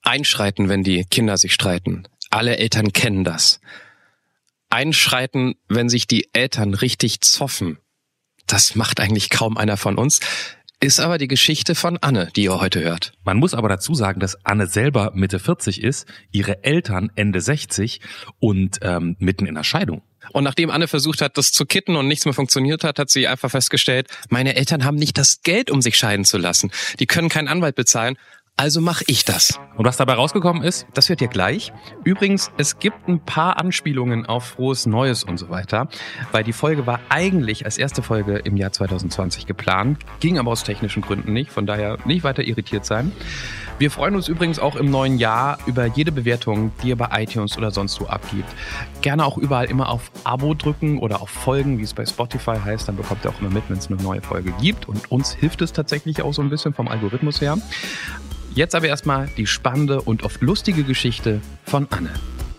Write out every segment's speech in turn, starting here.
Einschreiten, wenn die Kinder sich streiten. Alle Eltern kennen das. Einschreiten, wenn sich die Eltern richtig zoffen. Das macht eigentlich kaum einer von uns. Ist aber die Geschichte von Anne, die ihr heute hört. Man muss aber dazu sagen, dass Anne selber Mitte 40 ist, ihre Eltern Ende 60 und mitten in der Scheidung. Und nachdem Anne versucht hat, das zu kitten und nichts mehr funktioniert hat, hat sie einfach festgestellt, meine Eltern haben nicht das Geld, um sich scheiden zu lassen. Die können keinen Anwalt bezahlen. Also mache ich das. Und was dabei rausgekommen ist? Das wird ihr gleich. Übrigens, es gibt ein paar Anspielungen auf Frohes Neues und so weiter, weil die Folge war eigentlich als erste Folge im Jahr 2020 geplant, ging aber aus technischen Gründen nicht, von daher nicht weiter irritiert sein. Wir freuen uns übrigens auch im neuen Jahr über jede Bewertung, die ihr bei iTunes oder sonst wo abgibt. Gerne auch überall immer auf Abo drücken oder auf Folgen, wie es bei Spotify heißt, dann bekommt ihr auch immer mit, wenn es eine neue Folge gibt und uns hilft es tatsächlich auch so ein bisschen vom Algorithmus her. Jetzt aber erstmal die spannende und oft lustige Geschichte von Anne.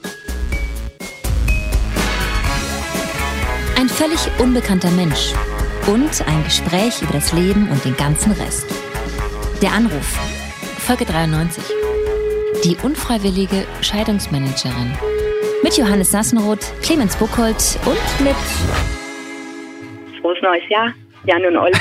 Ein völlig unbekannter Mensch und ein Gespräch über das Leben und den ganzen Rest. Der Anruf, Folge 93. Die unfreiwillige Scheidungsmanagerin. Mit Johannes Sassenroth, Clemens Buchholz und mit... Frohes neues Jahr, Jan und Olli.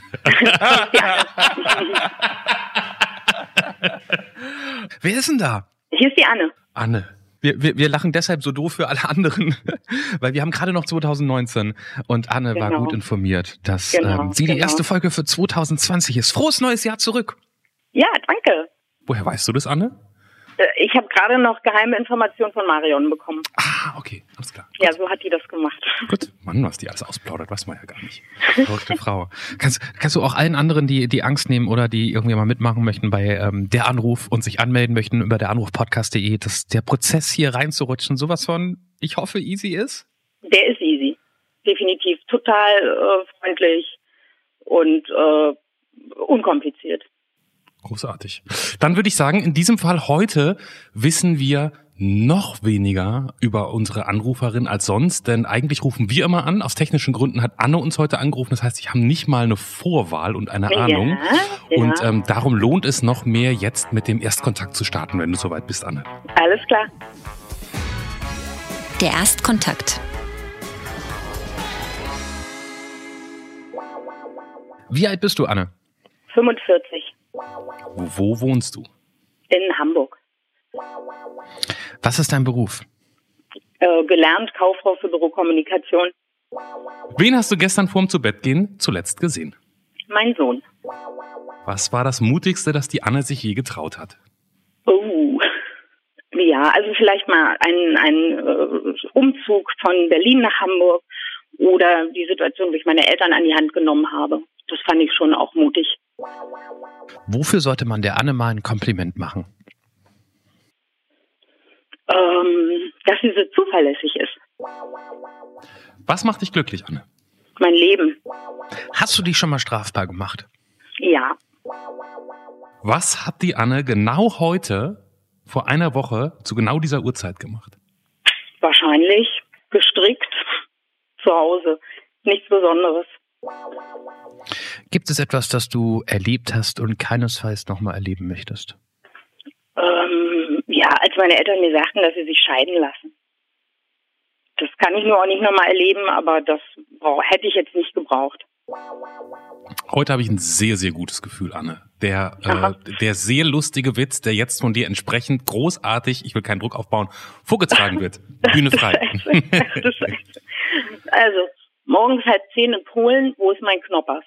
Wer ist denn da? Hier ist die Anne. Anne. Wir lachen deshalb so doof für alle anderen, weil wir haben gerade noch 2019 und Anne war gut informiert, dass sie die erste Folge für 2020 ist. Frohes neues Jahr zurück. Ja, danke. Woher weißt du das, Anne? Ich habe gerade noch geheime Informationen von Marion bekommen. Ah, okay, alles klar. Gut. Ja, so hat die das gemacht. Gut, Mann, was die alles ausplaudert, weiß man ja gar nicht. Verrückte Frau. Kannst du auch allen anderen, die Angst nehmen oder die irgendwie mal mitmachen möchten bei Der Anruf und sich anmelden möchten über deranrufpodcast.de, dass der Prozess hier reinzurutschen sowas von, ich hoffe, easy ist? Der ist easy. Definitiv. Total freundlich und unkompliziert. Großartig. Dann würde ich sagen, in diesem Fall heute wissen wir noch weniger über unsere Anruferin als sonst, denn eigentlich rufen wir immer an. Aus technischen Gründen hat Anne uns heute angerufen. Das heißt, ich habe nicht mal eine Vorwahl und eine Ahnung. Ja. Und darum lohnt es noch mehr, jetzt mit dem Erstkontakt zu starten, wenn du soweit bist, Anne. Alles klar. Der Erstkontakt. Wie alt bist du, Anne? 45. Wo wohnst du? In Hamburg. Was ist dein Beruf? Gelernt Kauffrau für Bürokommunikation. Wen hast du gestern vorm Zubettgehen zuletzt gesehen? Mein Sohn. Was war das Mutigste, das die Anne sich je getraut hat? Oh, ja, also vielleicht mal ein Umzug von Berlin nach Hamburg oder die Situation, wo ich meine Eltern an die Hand genommen habe. Das fand ich schon auch mutig. Wofür sollte man der Anne mal ein Kompliment machen? Dass sie so zuverlässig ist. Was macht dich glücklich, Anne? Mein Leben. Hast du dich schon mal strafbar gemacht? Ja. Was hat die Anne genau heute, vor einer Woche, zu genau dieser Uhrzeit gemacht? Wahrscheinlich gestrickt zu Hause. Nichts Besonderes. Gibt es etwas, das du erlebt hast und keinesfalls nochmal erleben möchtest? Ja, als meine Eltern mir sagten, dass sie sich scheiden lassen. Das kann ich nur auch nicht nochmal erleben, aber das hätte ich jetzt nicht gebraucht. Heute habe ich ein sehr, sehr gutes Gefühl, Anne. Der sehr lustige Witz, der jetzt von dir entsprechend großartig, ich will keinen Druck aufbauen, vorgetragen wird. Bühne frei. Also, morgens 9:30 in Polen, wo ist mein Knoppers?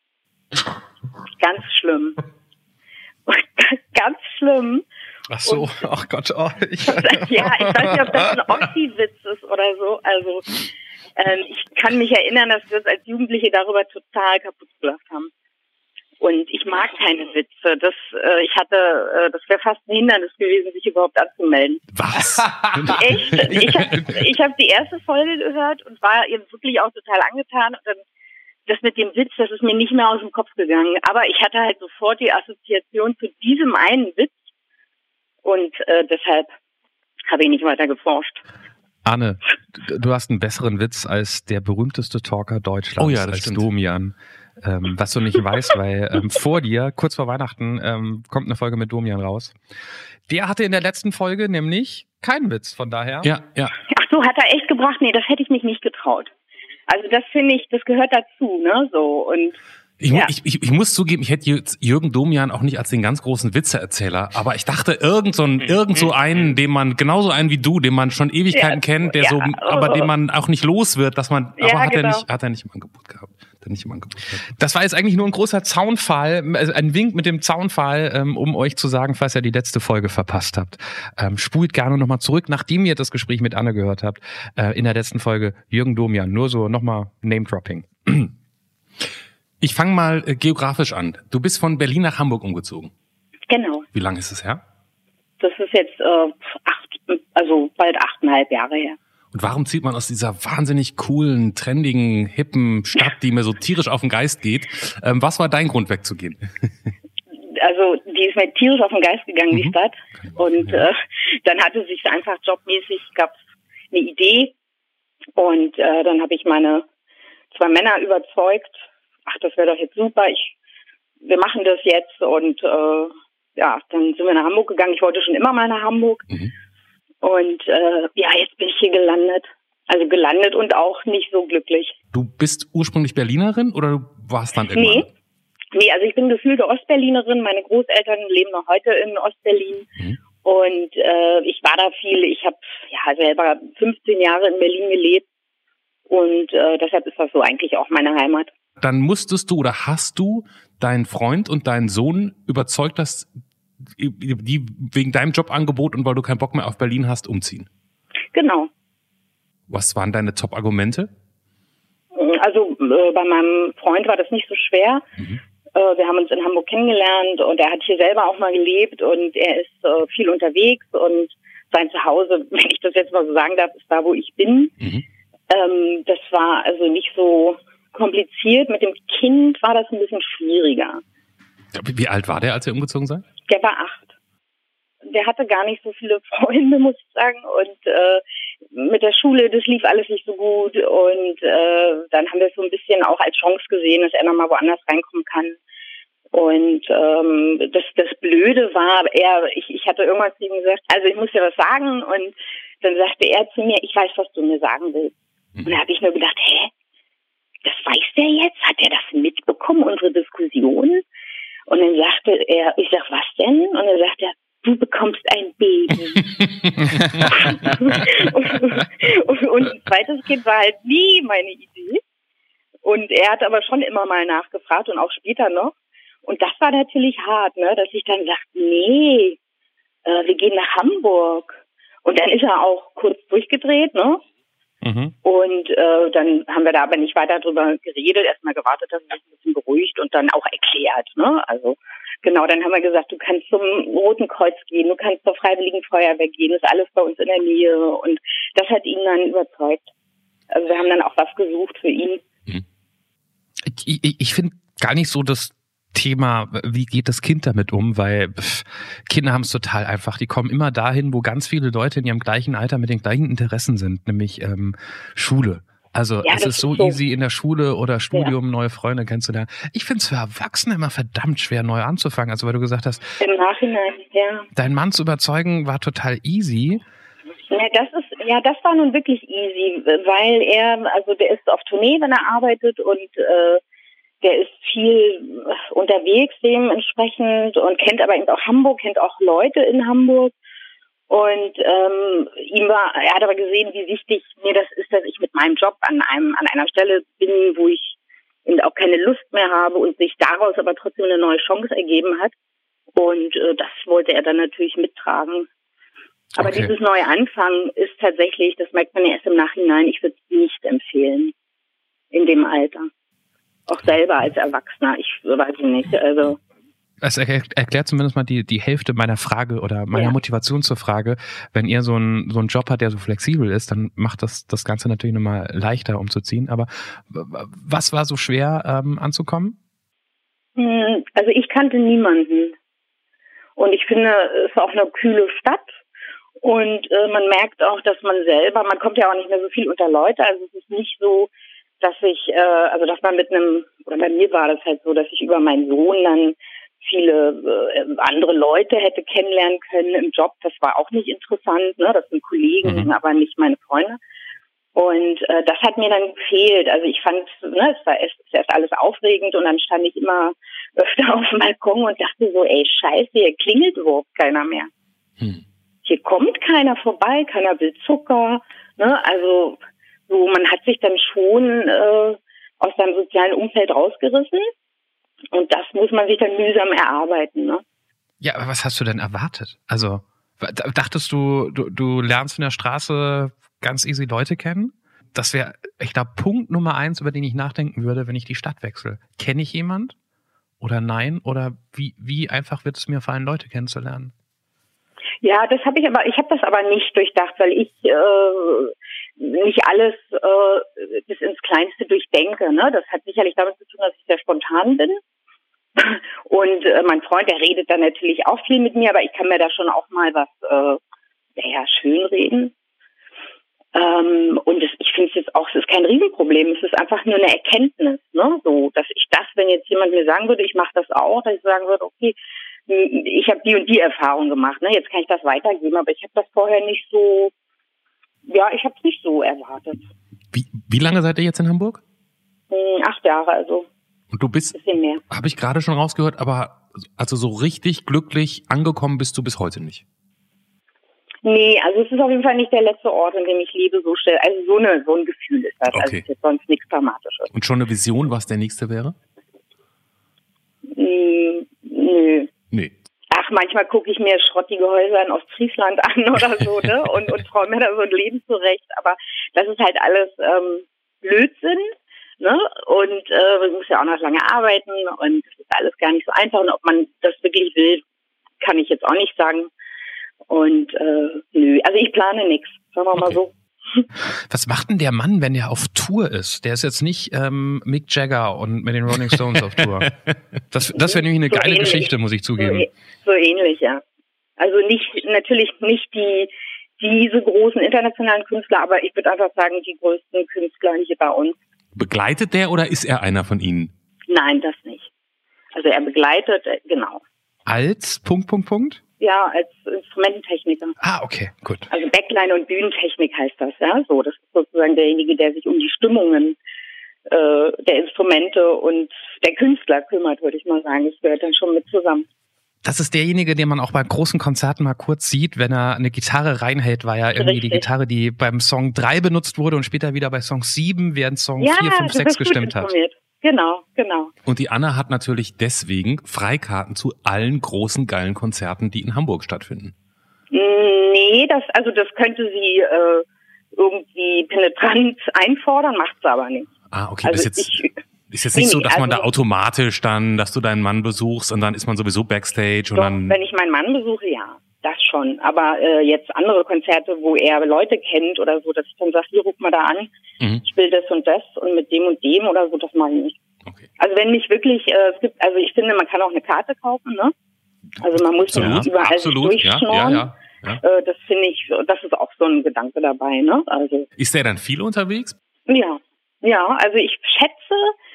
Ganz schlimm. Ganz schlimm. Ach so, ach Gott. Oh, ja, ich weiß nicht, ob das ein Ossi-Witz ist oder so. Also, ich kann mich erinnern, dass wir uns als Jugendliche darüber total kaputt gelacht haben. Und ich mag keine Witze. Das wäre fast ein Hindernis gewesen, sich überhaupt anzumelden. Was? Echt? Ich hab die erste Folge gehört und war eben wirklich auch total angetan. Und dann das mit dem Witz, das ist mir nicht mehr aus dem Kopf gegangen. Aber ich hatte halt sofort die Assoziation zu diesem einen Witz. Und deshalb habe ich nicht weiter geforscht. Anne, Du hast einen besseren Witz als der berühmteste Talker Deutschlands, Oh ja, das als stimmt. Domian. Was du nicht weißt, weil vor dir, kurz vor Weihnachten, kommt eine Folge mit Domian raus. Der hatte in der letzten Folge nämlich keinen Witz, von daher. Ja. Ach so, hat er echt gebracht? Nee, das hätte ich mich nicht getraut. Also das finde ich, das gehört dazu, ne, so. Und Ich muss zugeben, ich hätte jetzt Jürgen Domian auch nicht als den ganz großen Witzeerzähler, aber ich dachte, irgend so einen, den man, genauso einen wie du, den man schon Ewigkeiten kennt, der so, aber den man auch nicht los wird, dass man, aber hat er nicht im Angebot gehabt. Das war jetzt eigentlich nur ein großer Zaunpfahl, also ein Wink mit dem Zaunpfahl, um euch zu sagen, falls ihr die letzte Folge verpasst habt. Spult gerne nochmal zurück, nachdem ihr das Gespräch mit Anne gehört habt, in der letzten Folge Jürgen Domian. Nur so nochmal Name-Dropping. Ich fange mal geografisch an. Du bist von Berlin nach Hamburg umgezogen. Genau. Wie lange ist es her? Das ist jetzt bald 8,5 Jahre her. Und warum zieht man aus dieser wahnsinnig coolen, trendigen, hippen Stadt, die mir so tierisch auf den Geist geht? Was war dein Grund, wegzugehen? Also die ist mir tierisch auf den Geist gegangen, die Stadt. Und dann hatte sich einfach jobmäßig, gab es eine Idee. Und dann habe ich meine 2 Männer überzeugt, ach, das wäre doch jetzt super, wir machen das jetzt. Und dann sind wir nach Hamburg gegangen. Ich wollte schon immer mal nach Hamburg. Und jetzt bin ich hier gelandet. Also gelandet und auch nicht so glücklich. Du bist ursprünglich Berlinerin oder du warst dann irgendwann? Nee, also ich bin gefühlte Ostberlinerin. Meine Großeltern leben noch heute in Ostberlin. Und ich war da viel. Ich habe selber 15 Jahre in Berlin gelebt. Und deshalb ist das so eigentlich auch meine Heimat. Dann musstest du oder hast du deinen Freund und deinen Sohn überzeugt, dass die wegen deinem Jobangebot und weil du keinen Bock mehr auf Berlin hast, umziehen? Genau. Was waren deine Top-Argumente? Also bei meinem Freund war das nicht so schwer. Wir haben uns in Hamburg kennengelernt und er hat hier selber auch mal gelebt und er ist viel unterwegs und sein Zuhause, wenn ich das jetzt mal so sagen darf, ist da, wo ich bin. Das war also nicht so kompliziert. Mit dem Kind war das ein bisschen schwieriger. Wie alt war der, als ihr umgezogen seid? Der war 8. Der hatte gar nicht so viele Freunde, muss ich sagen. Und mit der Schule, das lief alles nicht so gut. Und dann haben wir es so ein bisschen auch als Chance gesehen, dass er nochmal woanders reinkommen kann. Und das Blöde war, ich hatte irgendwas zu ihm gesagt, also ich muss dir was sagen. Und dann sagte er zu mir, ich weiß, was du mir sagen willst. Und da habe ich nur gedacht, das weiß der jetzt? Hat er das mitbekommen, unsere Diskussion? Und dann sagte er, ich sag, was denn? Und dann sagt er, du bekommst ein Baby. und ein zweites Kind war halt nie meine Idee. Und er hat aber schon immer mal nachgefragt und auch später noch. Und das war natürlich hart, ne, dass ich dann sagte, nee, wir gehen nach Hamburg. Und dann ist er auch kurz durchgedreht, ne? Und dann haben wir da aber nicht weiter drüber geredet, erstmal gewartet, dass er sich ein bisschen beruhigt und dann auch erklärt, ne? Also genau, dann haben wir gesagt, du kannst zum Roten Kreuz gehen, du kannst zur Freiwilligen Feuerwehr gehen, ist alles bei uns in der Nähe und das hat ihn dann überzeugt. Also wir haben dann auch was gesucht für ihn. Ich finde gar nicht so das Thema, wie geht das Kind damit um, weil Kinder haben es total einfach. Die kommen immer dahin, wo ganz viele Leute in ihrem gleichen Alter mit den gleichen Interessen sind, nämlich Schule. Also es ist so easy in der Schule oder Studium, neue Freunde kennenzulernen. Ich finde es für Erwachsene immer verdammt schwer, neu anzufangen. Also weil du gesagt hast, im Nachhinein, deinen Mann zu überzeugen war total easy. Ja, das war nun wirklich easy, weil der ist auf Tournee, wenn er arbeitet und der ist viel unterwegs dementsprechend und kennt aber eben auch Hamburg, kennt auch Leute in Hamburg. Und er hat aber gesehen, wie wichtig mir das ist, dass ich mit meinem Job an einer Stelle bin, wo ich eben auch keine Lust mehr habe und sich daraus aber trotzdem eine neue Chance ergeben hat. Und das wollte er dann natürlich mittragen. Aber dieses neue Anfangen ist tatsächlich, das merkt man ja erst im Nachhinein, ich würde es nicht empfehlen in dem Alter. Auch selber als Erwachsener, ich weiß nicht, also. Es erklärt zumindest mal die Hälfte meiner Frage oder meiner Motivation zur Frage. Wenn ihr so einen Job habt, der so flexibel ist, dann macht das Ganze natürlich nochmal leichter umzuziehen. Aber was war so schwer anzukommen? Also ich kannte niemanden. Und ich finde, es ist auch eine kühle Stadt. Und man merkt auch, dass man kommt ja auch nicht mehr so viel unter Leute, also es ist nicht so, dass dass man oder bei mir war das halt so, dass ich über meinen Sohn dann viele andere Leute hätte kennenlernen können im Job. Das war auch nicht interessant, ne? Das sind Kollegen, aber nicht meine Freunde. Und das hat mir dann gefehlt. Also ich fand, ne, es war erst alles aufregend und dann stand ich immer öfter auf dem Balkon und dachte so, ey, scheiße, hier klingelt überhaupt keiner mehr. Hier kommt keiner vorbei, keiner will Zucker. Ne? Also so, man hat sich dann schon aus seinem sozialen Umfeld rausgerissen. Und das muss man sich dann mühsam erarbeiten, ne? Ja, aber was hast du denn erwartet? Also, dachtest du lernst in der Straße ganz easy Leute kennen? Das wäre, ich glaube, Punkt Nummer 1, über den ich nachdenken würde, wenn ich die Stadt wechsle. Kenne ich jemand? Oder nein? Oder wie einfach wird es mir fallen, Leute kennenzulernen? Ja, ich habe das aber nicht durchdacht, weil ich nicht alles bis ins Kleinste durchdenke. Ne? Das hat sicherlich damit zu tun, dass ich sehr spontan bin. Und mein Freund, der redet dann natürlich auch viel mit mir, aber ich kann mir da schon auch mal was schönreden. Und ich finde es jetzt auch, es ist kein Riesenproblem, es ist einfach nur eine Erkenntnis. Ne? So, dass wenn jetzt jemand mir sagen würde, ich mache das auch, dass ich sagen würde, okay, ich habe die und die Erfahrung gemacht, ne? Jetzt kann ich das weitergeben, aber ich habe das vorher nicht so, ich habe es nicht so erwartet. Wie lange seid ihr jetzt in Hamburg? 8 Jahre, also. Und du bist, ein bisschen mehr. Habe ich gerade schon rausgehört, aber also so richtig glücklich angekommen bist du bis heute nicht? Nee, also es ist auf jeden Fall nicht der letzte Ort, in dem ich lebe, so schnell. Also so ein Gefühl ist das, also es ist jetzt sonst nichts Dramatisches. Und schon eine Vision, was der nächste wäre? Nö. Nee. Ach, manchmal gucke ich mir schrottige Häuser in Ostfriesland an oder so, ne? Und träume mir da so ein Leben zurecht. Aber das ist halt alles Blödsinn, ne? Und man muss ja auch noch lange arbeiten und das ist alles gar nicht so einfach. Und ob man das wirklich will, kann ich jetzt auch nicht sagen. Und nö, also ich plane nichts, sagen wir mal so. Was macht denn der Mann, wenn er auf Tour ist? Der ist jetzt nicht Mick Jagger und mit den Rolling Stones auf Tour. Das wäre nämlich eine geile Geschichte, muss ich zugeben. So ähnlich, ja. Also natürlich nicht diese großen internationalen Künstler, aber ich würde einfach sagen, die größten Künstler hier bei uns. Begleitet der oder ist er einer von Ihnen? Nein, das nicht. Also er begleitet, genau. Als ? Ja, als Instrumententechniker. Ah, okay, gut. Also Backline- und Bühnentechnik heißt das, ja. So, das ist sozusagen derjenige, der sich um die Stimmungen der Instrumente und der Künstler kümmert, würde ich mal sagen. Das gehört dann schon mit zusammen. Das ist derjenige, den man auch bei großen Konzerten mal kurz sieht, wenn er eine Gitarre reinhält, war ja irgendwie die Gitarre, die beim Song 3 benutzt wurde und später wieder bei Song 7, während Song 4, 5, 6 gestimmt hat. Genau. Und die Anna hat natürlich deswegen Freikarten zu allen großen, geilen Konzerten, die in Hamburg stattfinden. Nee, das könnte sie irgendwie penetrant einfordern, macht sie aber nicht. Ah, okay, also ist jetzt nicht so, dass man da automatisch dann, dass du deinen Mann besuchst und dann ist man sowieso Backstage und doch, dann... Wenn ich meinen Mann besuche, ja, das schon. Aber jetzt andere Konzerte, wo er Leute kennt oder so, dass ich dann sage, hier, ruf mal da an, ich will das und das und mit dem und dem oder so, das mache ich nicht. Okay. Also wenn mich wirklich, ich finde, man kann auch eine Karte kaufen, ne? Also man muss nicht überall sich durchschnorren. Ja. Das finde ich, das ist auch so ein Gedanke dabei, ne? Also. Ist der dann viel unterwegs? Ja, also ich schätze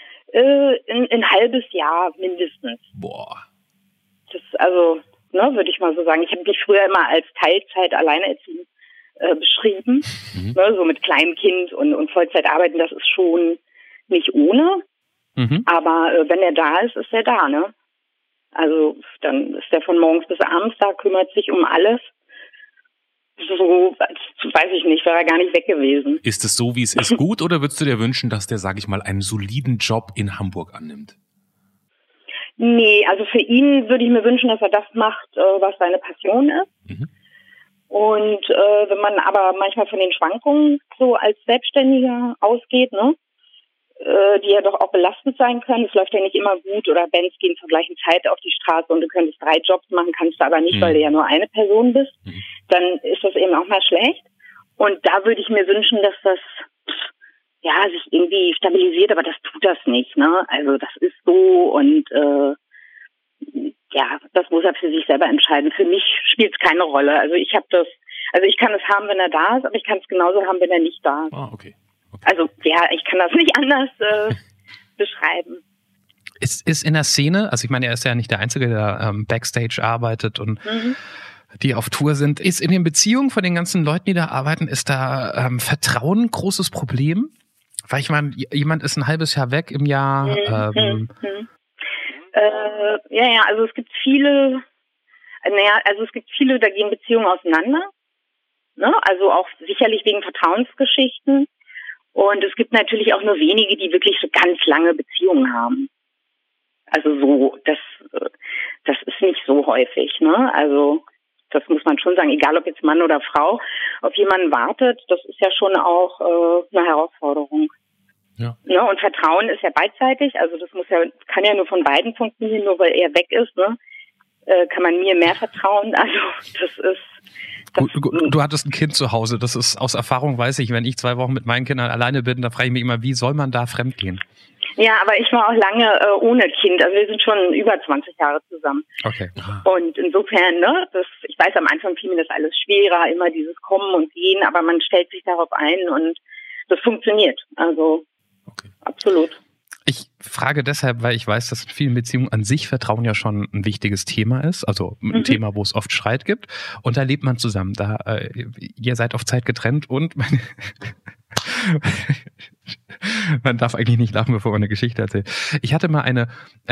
ein halbes Jahr mindestens. Boah. Das, würde ich mal so sagen. Ich habe mich früher immer als Teilzeit alleinerziehend beschrieben. Ne, so mit kleinem Kind und Vollzeit arbeiten, das ist schon nicht ohne. Aber wenn er da ist, ist er da, ne? Also dann ist er von morgens bis abends da, kümmert sich um alles. So, weiß ich nicht, wäre er gar nicht weg gewesen. Ist es so, wie es ist, gut oder würdest du dir wünschen, dass der, sag ich mal, einen soliden Job in Hamburg annimmt? Nee, also für ihn würde ich mir wünschen, dass er das macht, was seine Passion ist. Und wenn man aber manchmal von den Schwankungen so als Selbstständiger ausgeht, ne, die ja doch auch belastend sein können. Es läuft ja nicht immer gut oder Bands gehen zur gleichen Zeit auf die Straße und du könntest 3 Jobs machen, kannst du aber nicht, weil du ja nur eine Person bist. Dann ist das eben auch mal schlecht. Und da würde ich mir wünschen, dass das sich irgendwie stabilisiert, aber das tut das nicht, ne? Also das ist so und das muss er für sich selber entscheiden. Für mich spielt es keine Rolle. Also ich habe das, Also ich kann es haben, wenn er da ist, aber ich kann es genauso haben, wenn er nicht da ist. Ah, okay. Also ja, ich kann das nicht anders beschreiben. Ist in der Szene, also ich meine, er ist ja nicht der Einzige, der Backstage arbeitet und die auf Tour sind. Ist in den Beziehungen von den ganzen Leuten, die da arbeiten, ist da Vertrauen ein großes Problem? Weil ich meine, jemand ist ein halbes Jahr weg im Jahr. Also es gibt viele, da gehen Beziehungen auseinander. Ne? Also auch sicherlich wegen Vertrauensgeschichten. Und es gibt natürlich auch nur wenige, die wirklich so ganz lange Beziehungen haben. Also so, das ist nicht so häufig, ne? Also das muss man schon sagen, egal ob jetzt Mann oder Frau, auf jemanden wartet, das ist ja schon auch eine Herausforderung. Ja. Ne? Und Vertrauen ist ja beidseitig, also das kann ja nur von beiden funktionieren, nur weil er weg ist, ne? Kann man mir mehr vertrauen. Also das ist Du hattest ein Kind zu Hause, das ist aus Erfahrung, weiß ich, wenn ich 2 Wochen mit meinen Kindern alleine bin, da frage ich mich immer, wie soll man da fremdgehen? Ja, aber ich war auch lange ohne Kind, also wir sind schon über 20 Jahre zusammen. Okay. Und insofern, ne, ich weiß, am Anfang fiel mir das alles schwerer, immer dieses Kommen und Gehen, aber man stellt sich darauf ein und das funktioniert, also absolut. Ich frage deshalb, weil ich weiß, dass in vielen Beziehungen an sich Vertrauen ja schon ein wichtiges Thema ist, also ein Thema, wo es oft Streit gibt. Und da lebt man zusammen. Ihr seid auf Zeit getrennt und man darf eigentlich nicht lachen, bevor man eine Geschichte erzählt. Ich hatte mal eine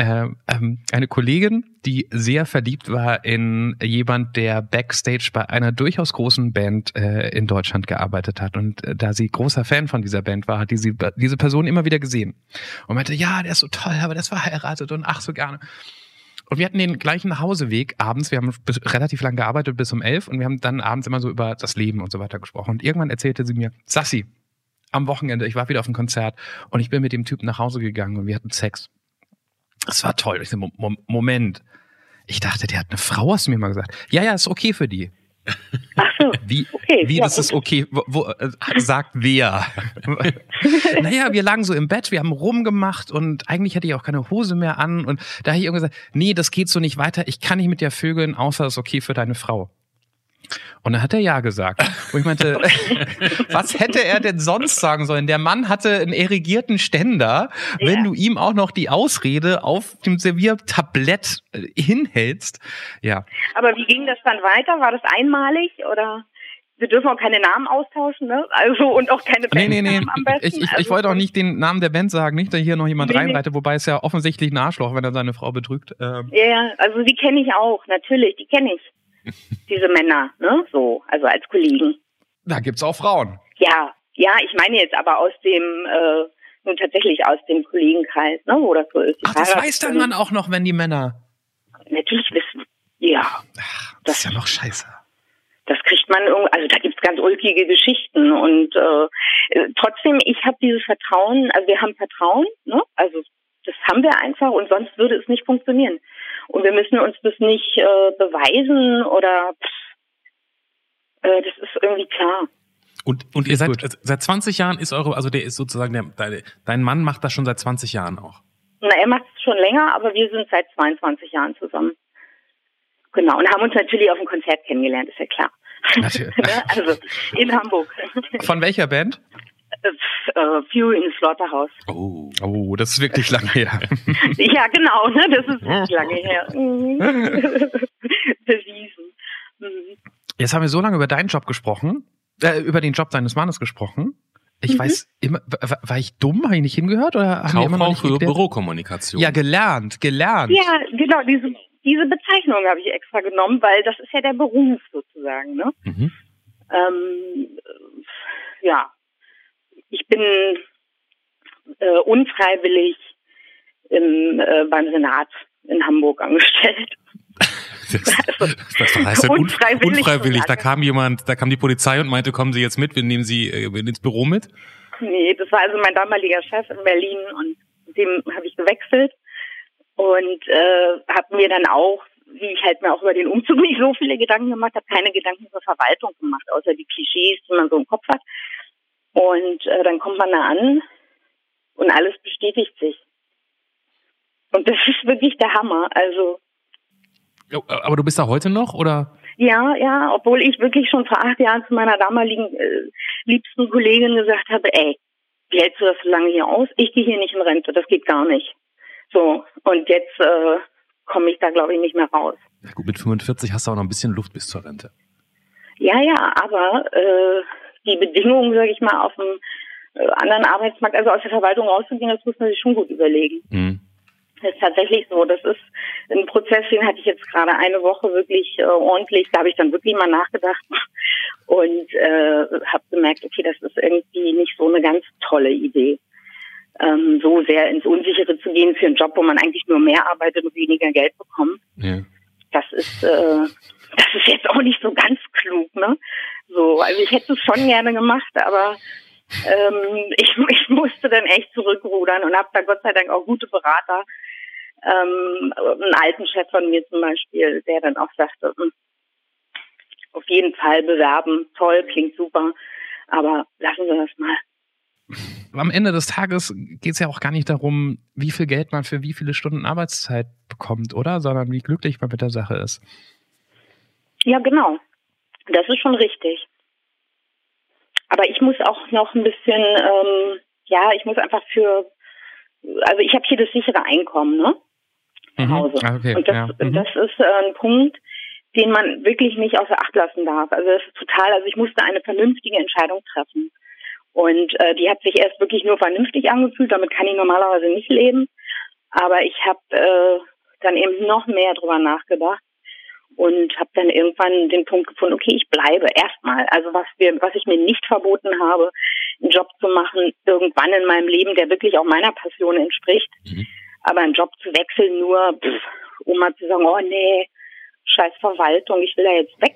Kollegin, die sehr verliebt war in jemand, der Backstage bei einer durchaus großen Band in Deutschland gearbeitet hat. Und da sie großer Fan von dieser Band war, hat diese Person immer wieder gesehen. Und meinte, ja, der ist so toll, aber der ist verheiratet und ach so gerne. Und wir hatten den gleichen Nachhauseweg abends. Wir haben relativ lang gearbeitet, bis um 11. Und wir haben dann abends immer so über das Leben und so weiter gesprochen. Und irgendwann erzählte sie mir, Sassi, am Wochenende, ich war wieder auf einem Konzert und ich bin mit dem Typen nach Hause gegangen und wir hatten Sex. Das war toll. Ich so, Moment. Ich dachte, der hat eine Frau, hast du mir mal gesagt. Ja, ist okay für die. Ach so. Wie ja, das ist okay? Sagt wer? Naja, wir lagen so im Bett, wir haben rumgemacht und eigentlich hatte ich auch keine Hose mehr an und da habe ich irgendwie gesagt, nee, das geht so nicht weiter, ich kann nicht mit dir vögeln, außer es ist okay für deine Frau. Und dann hat er ja gesagt. Und ich meinte, was hätte er denn sonst sagen sollen? Der Mann hatte einen erigierten Ständer. Ja. Wenn du ihm auch noch die Ausrede auf dem Serviertablett hinhältst. Ja. Aber wie ging das dann weiter? War das einmalig oder? Wir dürfen auch keine Namen austauschen, ne? Also und auch keine Bandnamen am besten. Ich wollte auch nicht den Namen der Band sagen, nicht, dass hier noch jemand reinreitet, wobei es ja offensichtlich ein Arschloch, wenn er seine Frau betrügt. Ja, also die kenne ich auch, natürlich, die kenne ich. Diese Männer, ne, so, also als Kollegen. Da gibt's auch Frauen. Ja, ich meine jetzt aber aus nun tatsächlich aus dem Kollegenkreis, ne, wo das so ist. Ach, das weiß dann man auch noch, wenn die Männer... Natürlich wissen, ja. Ach, das ist ja noch scheiße. Das kriegt man irgendwie, also da gibt's ganz ulkige Geschichten und trotzdem, ich habe dieses Vertrauen, also wir haben Vertrauen, ne, also das haben wir einfach und sonst würde es nicht funktionieren. Und wir müssen uns das nicht beweisen oder das ist irgendwie klar. Und ihr seid seit 20 Jahren also der ist sozusagen dein Mann macht das schon seit 20 Jahren auch. Na, er macht es schon länger, aber wir sind seit 22 Jahren zusammen. Genau, und haben uns natürlich auf dem Konzert kennengelernt, ist ja klar. Natürlich. Also in Hamburg. Von welcher Band? Fury in the Slaughterhouse. Oh, das ist wirklich lange her. Ja, genau, ne? Das ist wirklich lange her. Bewiesen. Jetzt haben wir so lange über deinen Job gesprochen, über den Job deines Mannes gesprochen. Ich weiß immer, war ich dumm? Habe ich nicht hingehört? Oder haben wir immer noch nicht für Bürokommunikation. Ja, gelernt. Ja, genau, diese Bezeichnung habe ich extra genommen, weil das ist ja der Beruf sozusagen, ne? Ja. Ich bin unfreiwillig beim Senat in Hamburg angestellt. Das heißt unfreiwillig. Da kam die Polizei und meinte, kommen Sie jetzt mit, wir nehmen Sie ins Büro mit? Nee, das war also mein damaliger Chef in Berlin und mit dem habe ich gewechselt und habe mir dann auch, wie ich halt mir auch über den Umzug nicht so viele Gedanken gemacht habe, keine Gedanken über Verwaltung gemacht, außer die Klischees, die man so im Kopf hat. Und dann kommt man da an und alles bestätigt sich. Und das ist wirklich der Hammer. Also. Aber du bist da heute noch, oder? Ja, obwohl ich wirklich schon vor 8 Jahren zu meiner damaligen liebsten Kollegin gesagt habe, ey, wie hältst du das so lange hier aus? Ich gehe hier nicht in Rente, das geht gar nicht. So, und jetzt komme ich da, glaube ich, nicht mehr raus. Ja gut, mit 45 hast du auch noch ein bisschen Luft bis zur Rente. Ja, aber die Bedingungen, sage ich mal, auf dem anderen Arbeitsmarkt, also aus der Verwaltung rauszugehen, das muss man sich schon gut überlegen. Mhm. Das ist tatsächlich so. Das ist ein Prozess, den hatte ich jetzt gerade eine Woche wirklich ordentlich. Da habe ich dann wirklich mal nachgedacht und habe gemerkt, okay, das ist irgendwie nicht so eine ganz tolle Idee, so sehr ins Unsichere zu gehen für einen Job, wo man eigentlich nur mehr arbeitet und weniger Geld bekommt. Ja. Das ist jetzt auch nicht so ganz klug, ne? So, also ich hätte es schon gerne gemacht, aber ich musste dann echt zurückrudern und habe da Gott sei Dank auch gute Berater. Einen alten Chef von mir zum Beispiel, der dann auch sagte, auf jeden Fall bewerben, toll, klingt super, aber lassen Sie das mal. Am Ende des Tages geht es ja auch gar nicht darum, wie viel Geld man für wie viele Stunden Arbeitszeit bekommt, oder? Sondern wie glücklich man mit der Sache ist. Ja, genau. Das ist schon richtig. Aber ich muss auch noch ein bisschen, ich muss einfach also ich habe hier das sichere Einkommen, ne? Zu Hause. Okay, und das ist ein Punkt, den man wirklich nicht außer Acht lassen darf. Also das ist also ich musste eine vernünftige Entscheidung treffen. Und die hat sich erst wirklich nur vernünftig angefühlt, damit kann ich normalerweise nicht leben. Aber ich habe dann eben noch mehr drüber nachgedacht und habe dann irgendwann den Punkt gefunden, okay, ich bleibe erstmal. Also was ich mir nicht verboten habe, einen Job zu machen, irgendwann in meinem Leben, der wirklich auch meiner Passion entspricht. Mhm. Aber einen Job zu wechseln nur, um mal zu sagen, oh nee, scheiß Verwaltung, ich will da jetzt weg.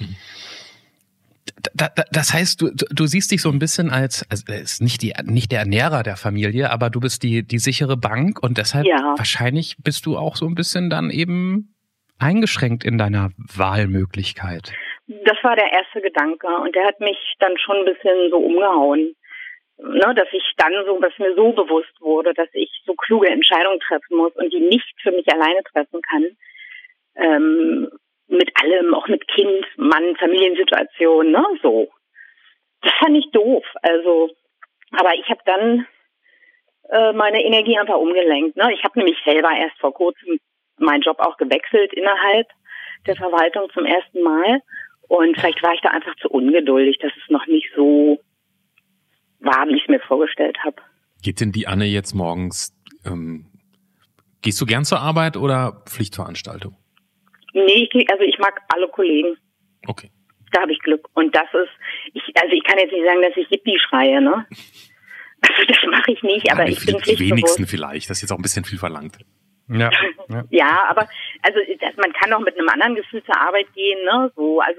Das heißt, du siehst dich so ein bisschen als ist nicht der Ernährer der Familie, aber du bist die sichere Bank und deshalb wahrscheinlich bist du auch so ein bisschen dann eben eingeschränkt in deiner Wahlmöglichkeit. Das war der erste Gedanke und der hat mich dann schon ein bisschen so umgehauen, ne, dass mir so bewusst wurde, dass ich so kluge Entscheidungen treffen muss und die nicht für mich alleine treffen kann. Mit allem, auch mit Kind, Mann, Familiensituation, ne, so. Das fand ich doof, also, aber ich habe dann meine Energie einfach umgelenkt, ne. Ich habe nämlich selber erst vor kurzem meinen Job auch gewechselt innerhalb der Verwaltung zum ersten Mal und vielleicht war ich da einfach zu ungeduldig, dass es noch nicht so war, wie ich es mir vorgestellt habe. Geht denn die Anne jetzt morgens, gehst du gern zur Arbeit oder Pflichtveranstaltung? Nee, ich mag alle Kollegen. Okay. Da habe ich Glück. Und das ist, ich kann jetzt nicht sagen, dass ich Yippie schreie, ne? Also das mache ich nicht, aber ich bin pflichtbewusst. Die wenigsten vielleicht, das ist jetzt auch ein bisschen viel verlangt. Ja. Ja, aber also man kann auch mit einem anderen Gefühl zur Arbeit gehen, ne? So, also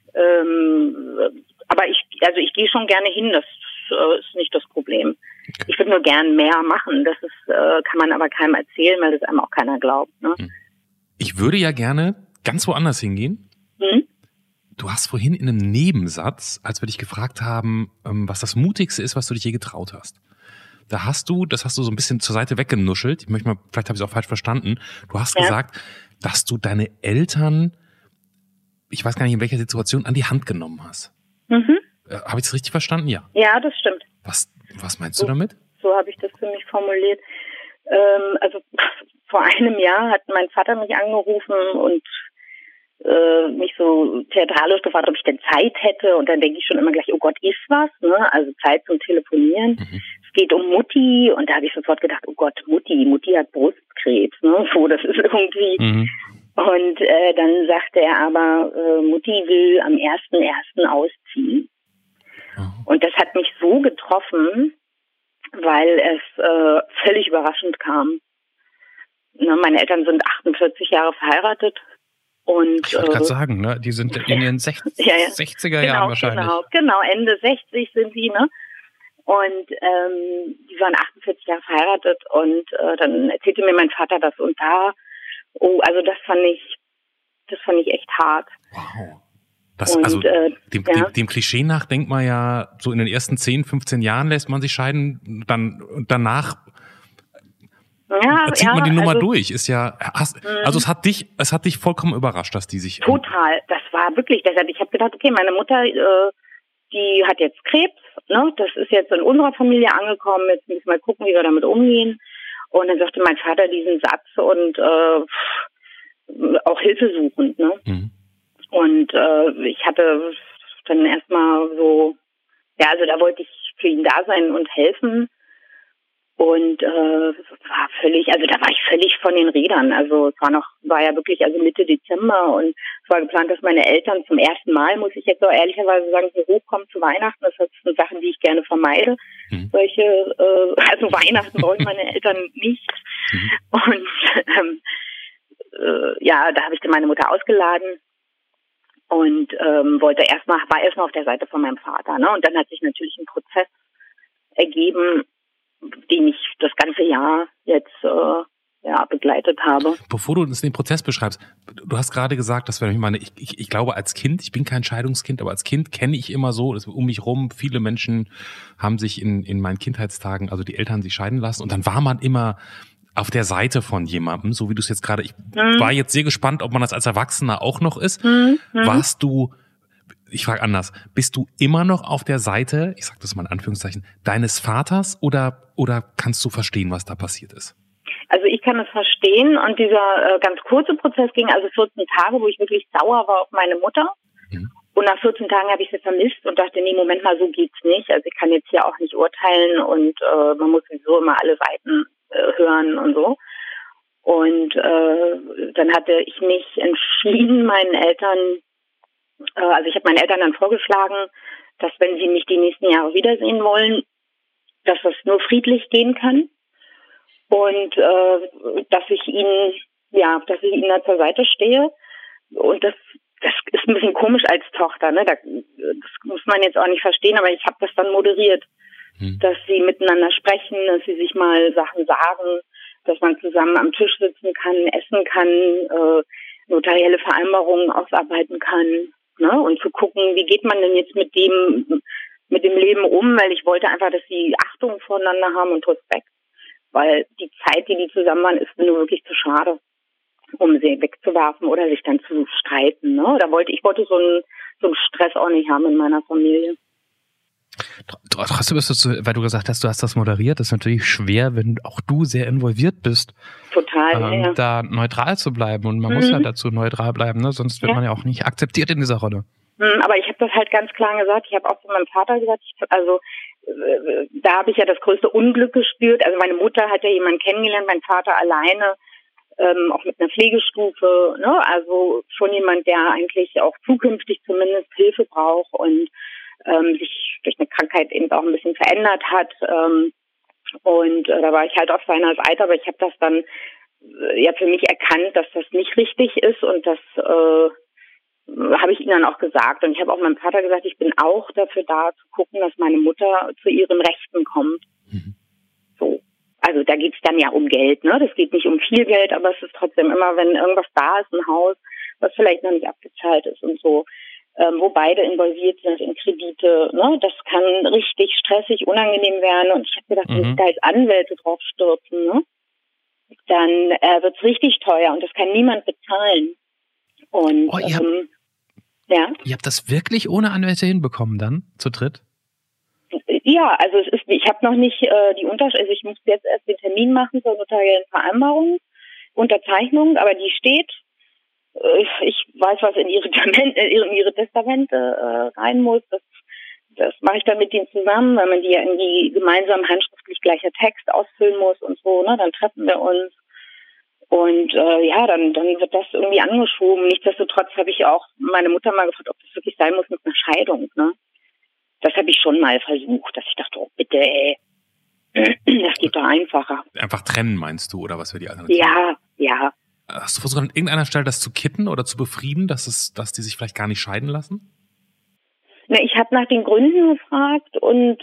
aber ich gehe schon gerne hin, das ist nicht das Problem. Okay. Ich würde nur gern mehr machen, das ist kann man aber keinem erzählen, weil das einem auch keiner glaubt, ne? Ich würde ja gerne ganz woanders hingehen. Mhm. Du hast vorhin in einem Nebensatz, als wir dich gefragt haben, was das Mutigste ist, was du dich je getraut hast. Das hast du so ein bisschen zur Seite weggenuschelt. Vielleicht habe ich es auch falsch verstanden. Du hast gesagt, dass du deine Eltern, ich weiß gar nicht in welcher Situation, an die Hand genommen hast. Mhm. Habe ich das richtig verstanden? Ja. Ja, das stimmt. Was meinst du damit? So habe ich das für mich formuliert. Also vor einem Jahr hat mein Vater mich angerufen und mich so theatralisch gefragt, ob ich denn Zeit hätte. Und dann denke ich schon immer gleich, oh Gott, ist was? Ne? Also Zeit zum Telefonieren. Mhm. Es geht um Mutti. Und da habe ich sofort gedacht, oh Gott, Mutti hat Brustkrebs. Ne? So, das ist irgendwie... Mhm. Und dann sagte er aber, Mutti will am 1.1. ausziehen. Oh. Und das hat mich so getroffen, weil es völlig überraschend kam. Ne, meine Eltern sind 48 Jahre verheiratet. Und, ich wollte gerade sagen, ne, die sind in ihren 60er Jahren wahrscheinlich. Genau, Ende 60 sind die, ne? Und die waren 48 Jahre verheiratet und dann erzählte mir mein Vater das und da. Oh, also das fand ich echt hart. Wow. Dem Klischee nach denkt man ja, so in den ersten 10, 15 Jahren lässt man sich scheiden, dann danach Ja, da zieht man die Nummer durch. Ist ja, also es hat dich vollkommen überrascht, dass die sich... Total. Das war wirklich, deshalb, ich habe gedacht, okay, meine Mutter, die hat jetzt Krebs, ne? Das ist jetzt in unserer Familie angekommen, jetzt müssen wir mal gucken, wie wir damit umgehen. Und dann sagte mein Vater diesen Satz und auch Hilfe suchend, ne? Mhm. Und ich hatte dann erstmal so, ja, also da wollte ich für ihn da sein und helfen. Und da war ich völlig von den Rädern. Also es war ja wirklich also Mitte Dezember und es war geplant, dass meine Eltern zum ersten Mal, muss ich jetzt auch ehrlicherweise sagen, hier hochkommen zu Weihnachten. Das sind Sachen, die ich gerne vermeide. Mhm. Also Weihnachten wollen meine Eltern nicht. Mhm. Und da habe ich dann meine Mutter ausgeladen und war erstmal auf der Seite von meinem Vater. Ne? Und dann hat sich natürlich ein Prozess ergeben, den ich das ganze Jahr jetzt begleitet habe. Bevor du uns den Prozess beschreibst, du hast gerade gesagt, dass ich glaube als Kind, ich bin kein Scheidungskind, aber als Kind kenne ich immer so, dass um mich rum viele Menschen haben sich in meinen Kindheitstagen, also die Eltern sich scheiden lassen und dann war man immer auf der Seite von jemandem, so wie du es jetzt gerade, ich war jetzt sehr gespannt, ob man das als Erwachsener auch noch ist. Ich frage anders, bist du immer noch auf der Seite, ich sage das mal in Anführungszeichen, deines Vaters oder kannst du verstehen, was da passiert ist? Also ich kann es verstehen und dieser ganz kurze Prozess ging also 14 Tage, wo ich wirklich sauer war auf meine Mutter. Mhm. Und nach 14 Tagen habe ich sie vermisst und dachte, nee, Moment mal, so geht's nicht. Also ich kann jetzt hier auch nicht urteilen und man muss sowieso immer alle Seiten hören und so. Und dann hatte ich mich entschieden, meinen Eltern, ich habe meinen Eltern dann vorgeschlagen, dass wenn sie mich die nächsten Jahre wiedersehen wollen, dass das nur friedlich gehen kann und dass ich ihnen da zur Seite stehe. Und das ist ein bisschen komisch als Tochter, ne? Das muss man jetzt auch nicht verstehen, aber ich habe das dann moderiert, dass sie miteinander sprechen, dass sie sich mal Sachen sagen, dass man zusammen am Tisch sitzen kann, essen kann, notarielle Vereinbarungen ausarbeiten kann. Ne, und zu gucken, wie geht man denn jetzt mit dem Leben um, weil ich wollte einfach, dass sie Achtung voneinander haben und Respekt, weil die Zeit, die zusammen waren, ist nur wirklich zu schade, um sie wegzuwerfen oder sich dann zu streiten. Ne? Ich wollte so einen Stress auch nicht haben in meiner Familie. Trotzdem ist es, weil du gesagt hast, du hast das moderiert, das ist natürlich schwer, wenn auch du sehr involviert bist. Total, da neutral zu bleiben und man muss ja dazu neutral bleiben, ne? Sonst wird man ja auch nicht akzeptiert in dieser Rolle. Aber ich habe das halt ganz klar gesagt, ich habe auch zu meinem Vater gesagt, da habe ich ja das größte Unglück gespürt, also meine Mutter hat ja jemanden kennengelernt, mein Vater alleine, auch mit einer Pflegestufe, ne? Also schon jemand, der eigentlich auch zukünftig zumindest Hilfe braucht und sich durch eine Krankheit eben auch ein bisschen verändert hat. Und da war ich halt auf seiner Seite, aber ich habe das dann für mich erkannt, dass das nicht richtig ist und das habe ich ihm dann auch gesagt. Und ich habe auch meinem Vater gesagt, ich bin auch dafür da zu gucken, dass meine Mutter zu ihren Rechten kommt. Mhm. So. Also da geht's dann ja um Geld, ne? Das geht nicht um viel Geld, aber es ist trotzdem immer, wenn irgendwas da ist, ein Haus, was vielleicht noch nicht abgezahlt ist und so, wo beide involviert sind in Kredite, ne? Das kann richtig stressig, unangenehm werden. Und ich habe gedacht, wenn da jetzt Anwälte drauf stürzen, ne? Dann wird's richtig teuer und das kann niemand bezahlen. Und ihr habt das wirklich ohne Anwälte hinbekommen dann, zu dritt? Ja, also ich habe noch nicht ich muss jetzt erst den Termin machen zur notariellen Vereinbarung, Unterzeichnung, aber die steht. Ich weiß, was in ihre Testamente rein muss. Das mache ich dann mit denen zusammen, weil man die ja irgendwie gemeinsam handschriftlich gleicher Text ausfüllen muss und so. Ne? Dann treffen wir uns und dann wird das irgendwie angeschoben. Nichtsdestotrotz habe ich auch meine Mutter mal gefragt, ob das wirklich sein muss mit einer Scheidung. Ne? Das habe ich schon mal versucht, dass ich dachte, oh bitte, ey, das geht doch einfacher. Einfach trennen, meinst du, oder was wäre die Alternative? Ja. Hast du versucht, an irgendeiner Stelle das zu kitten oder zu befrieden, dass die sich vielleicht gar nicht scheiden lassen? Ne, ich habe nach den Gründen gefragt und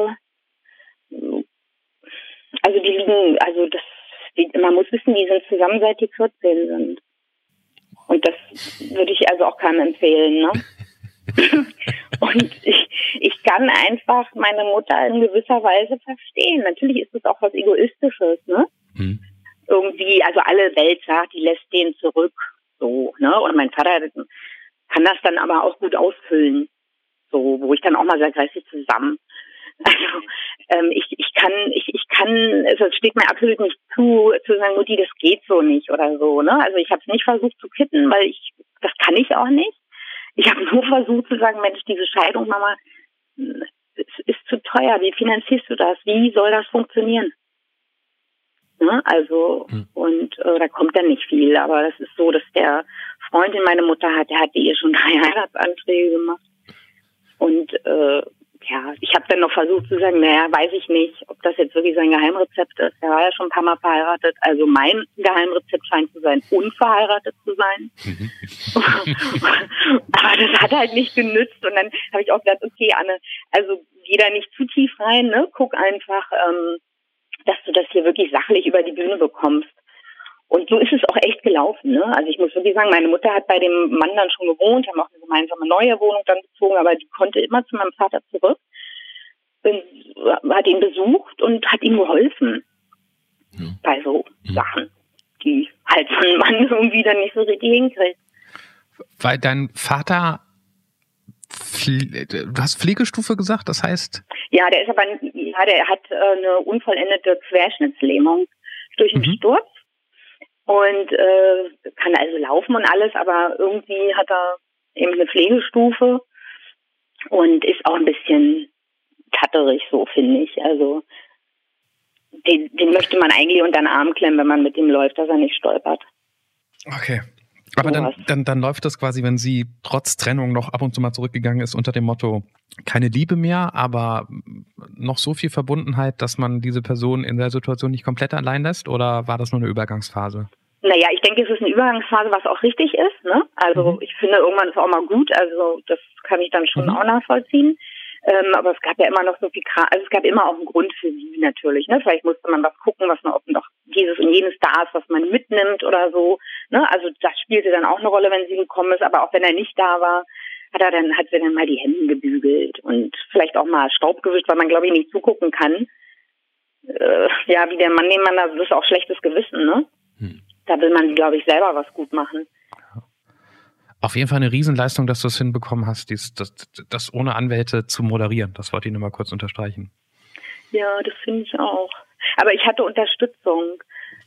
man muss wissen, die sind zusammen seit die 14 sind. Und das würde ich also auch keinem empfehlen, ne? Und ich kann einfach meine Mutter in gewisser Weise verstehen. Natürlich ist es auch was Egoistisches, ne? irgendwie, also alle Welt sagt, die lässt den zurück, so, ne? Und mein Vater kann das dann aber auch gut ausfüllen, so, wo ich dann auch mal sage, reiß dich zusammen. Also ich kann, es steht mir absolut nicht zu sagen, Mutti, das geht so nicht oder so, ne? Also ich habe es nicht versucht zu kitten, weil das kann ich auch nicht. Ich habe nur versucht zu sagen, Mensch, diese Scheidung, Mama, es ist zu teuer. Wie finanzierst du das? Wie soll das funktionieren? Ne? Also, und da kommt dann nicht viel. Aber das ist so, dass der Freund, den meine Mutter hat, der hat ihr schon 3 Heiratsanträge gemacht. Und ja, ich habe dann noch versucht zu sagen, naja, weiß ich nicht, ob das jetzt wirklich sein Geheimrezept ist. Er war ja schon ein paar Mal verheiratet. Also mein Geheimrezept scheint zu sein, unverheiratet zu sein. Aber das hat halt nicht genützt. Und dann habe ich auch gedacht, okay, Anne, also geh da nicht zu tief rein, ne? Guck einfach, dass du das hier wirklich sachlich über die Bühne bekommst. Und so ist es auch echt gelaufen, ne? Also ich muss wirklich sagen, meine Mutter hat bei dem Mann dann schon gewohnt, haben auch eine gemeinsame neue Wohnung dann bezogen, aber die konnte immer zu meinem Vater zurück, hat ihn besucht und hat ihm geholfen bei so Sachen, die halt so ein Mann irgendwie dann nicht so richtig hinkriegt. Weil dein Vater, du hast Pflegestufe gesagt, das heißt? Ja, der hat eine unvollendete Querschnittslähmung durch den Sturz. Und kann also laufen und alles, aber irgendwie hat er eben eine Pflegestufe und ist auch ein bisschen tatterig, so finde ich. Also den möchte man eigentlich unter den Arm klemmen, wenn man mit ihm läuft, dass er nicht stolpert. Okay. Aber dann läuft das quasi, wenn sie trotz Trennung noch ab und zu mal zurückgegangen ist, unter dem Motto, keine Liebe mehr, aber noch so viel Verbundenheit, dass man diese Person in der Situation nicht komplett allein lässt? Oder war das nur eine Übergangsphase? Naja, ich denke, es ist eine Übergangsphase, was auch richtig ist, ne? Also ich finde, irgendwann ist auch mal gut, also das kann ich dann schon auch nachvollziehen. Aber es gab ja immer noch so viel also es gab immer auch einen Grund für sie natürlich, ne? Vielleicht musste man was gucken, was noch dieses und jenes da ist, was man mitnimmt oder so, ne? Also das spielte dann auch eine Rolle, wenn sie gekommen ist, aber auch wenn er nicht da war, hat sie dann mal die Hemden gebügelt und vielleicht auch mal Staub gewischt, weil man, glaube ich, nicht zugucken kann. Ja, wie der Mann nebeneinander, das ist auch schlechtes Gewissen, ne? Da will man, glaube ich, selber was gut machen. Auf jeden Fall eine Riesenleistung, dass du es hinbekommen hast, das ohne Anwälte zu moderieren. Das wollte ich nur mal kurz unterstreichen. Ja, das finde ich auch. Aber ich hatte Unterstützung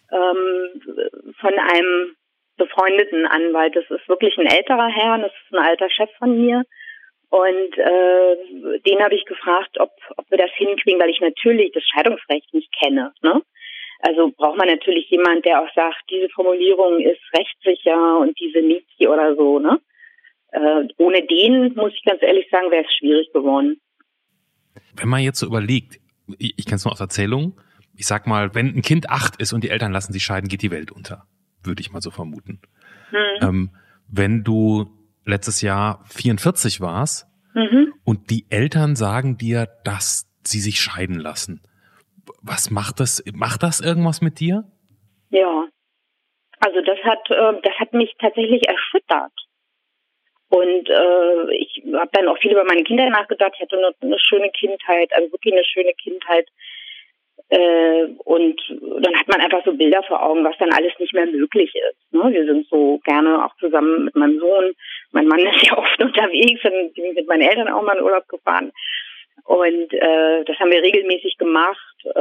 von einem befreundeten Anwalt. Das ist wirklich ein älterer Herr, das ist ein alter Chef von mir. Und den habe ich gefragt, ob wir das hinkriegen, weil ich natürlich das Scheidungsrecht nicht kenne, ne? Also braucht man natürlich jemand, der auch sagt, diese Formulierung ist rechtssicher und diese nicht oder so, ne? Ohne den, muss ich ganz ehrlich sagen, wäre es schwierig geworden. Wenn man jetzt so überlegt, ich kenne es nur aus Erzählungen, ich sag mal, wenn ein Kind 8 ist und die Eltern lassen sich scheiden, geht die Welt unter, würde ich mal so vermuten. Wenn du letztes Jahr 44 warst und die Eltern sagen dir, dass sie sich scheiden lassen, was macht das? Macht das irgendwas mit dir? Ja, also das hat mich tatsächlich erschüttert. Und ich habe dann auch viel über meine Kinder nachgedacht. Ich hatte eine schöne Kindheit, also wirklich eine schöne Kindheit. Und dann hat man einfach so Bilder vor Augen, was dann alles nicht mehr möglich ist. Ne? Wir sind so gerne auch zusammen mit meinem Sohn. Mein Mann ist ja oft unterwegs und bin mit meinen Eltern auch mal in Urlaub gefahren. Und das haben wir regelmäßig gemacht.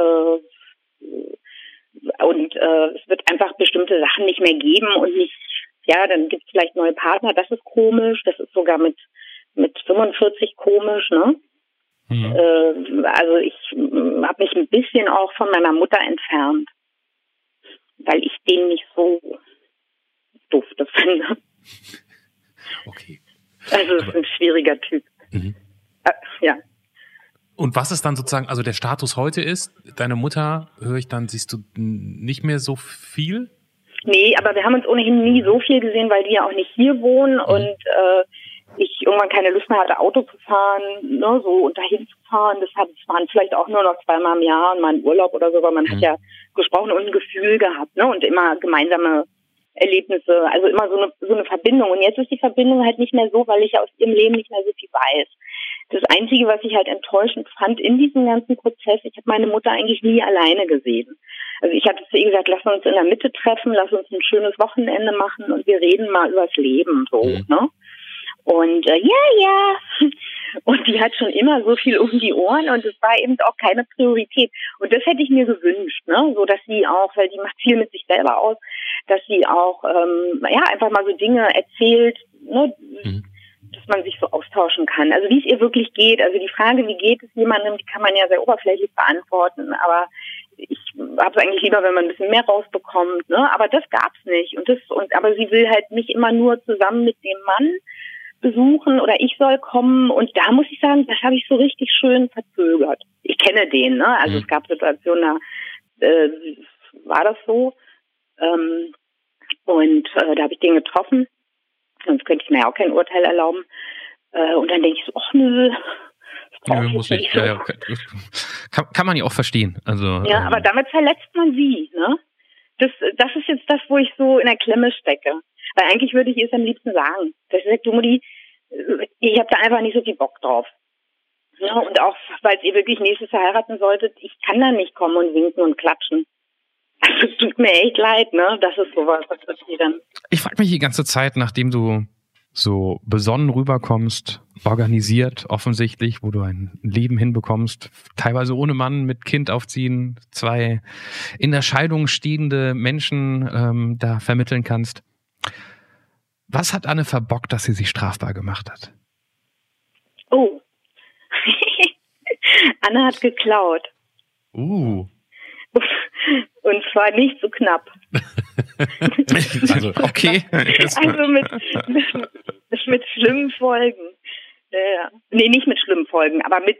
Und es wird einfach bestimmte Sachen nicht mehr geben und nicht, ja, dann gibt es vielleicht neue Partner, das ist komisch, das ist sogar mit 45 komisch, ne? Also ich habe mich ein bisschen auch von meiner Mutter entfernt, weil ich den nicht so dufte finde. Okay. Also es ist ein schwieriger Typ. Ja. Und was ist dann sozusagen, also der Status heute ist, deine Mutter, höre ich dann, siehst du nicht mehr so viel? Nee, aber wir haben uns ohnehin nie so viel gesehen, weil die ja auch nicht hier wohnen und ich irgendwann keine Lust mehr hatte, Auto zu fahren, ne, so und dahin zu fahren. Das waren vielleicht auch nur noch 2-mal im Jahr und mal ein Urlaub oder so, weil man hat ja gesprochen und ein Gefühl gehabt, ne, und immer gemeinsame Erlebnisse, also immer so eine Verbindung. Und jetzt ist die Verbindung halt nicht mehr so, weil ich aus ihrem Leben nicht mehr so viel weiß. Das Einzige, was ich halt enttäuschend fand in diesem ganzen Prozess, ich habe meine Mutter eigentlich nie alleine gesehen. Also ich hatte zu ihr gesagt, lass uns in der Mitte treffen, lass uns ein schönes Wochenende machen und wir reden mal übers Leben, so, ne? Und ja. Und die hat schon immer so viel um die Ohren und es war eben auch keine Priorität. Und das hätte ich mir gewünscht, ne? So, dass sie auch, weil die macht viel mit sich selber aus, dass sie auch, einfach mal so Dinge erzählt, ne? Dass man sich so austauschen kann. Also wie es ihr wirklich geht. Also die Frage, wie geht es jemandem, die kann man ja sehr oberflächlich beantworten. Aber ich habe es eigentlich lieber, wenn man ein bisschen mehr rausbekommt, ne? Aber das gab's nicht. Aber sie will halt mich immer nur zusammen mit dem Mann besuchen oder ich soll kommen. Und da muss ich sagen, das habe ich so richtig schön verzögert. Ich kenne den, ne? Also es gab Situationen, da war das so. Da habe ich den getroffen. Sonst könnte ich mir ja auch kein Urteil erlauben. Und dann denke ich so, ach nö. Muss nicht. So. Ja. Kann man ja auch verstehen. Also, ja, aber damit verletzt man sie, ne? Das ist jetzt das, wo ich so in der Klemme stecke. Weil eigentlich würde ich es am liebsten sagen. Das ist du Mutti, ich habe da einfach nicht so viel Bock drauf. Ja, und auch, weil ihr wirklich nächstes Jahr heiraten solltet, ich kann da nicht kommen und winken und klatschen. Also es tut mir echt leid, ne? Das ist sowas, was passiert dann. Ich frage mich die ganze Zeit, nachdem du so besonnen rüberkommst, organisiert offensichtlich, wo du ein Leben hinbekommst, teilweise ohne Mann, mit Kind aufziehen, 2 in der Scheidung stehende Menschen da vermitteln kannst. Was hat Anne verbockt, dass sie sich strafbar gemacht hat? Oh. Anne hat geklaut. Und zwar nicht so knapp. Also, okay. Also mit schlimmen Folgen. Nee, nicht mit schlimmen Folgen, aber mit,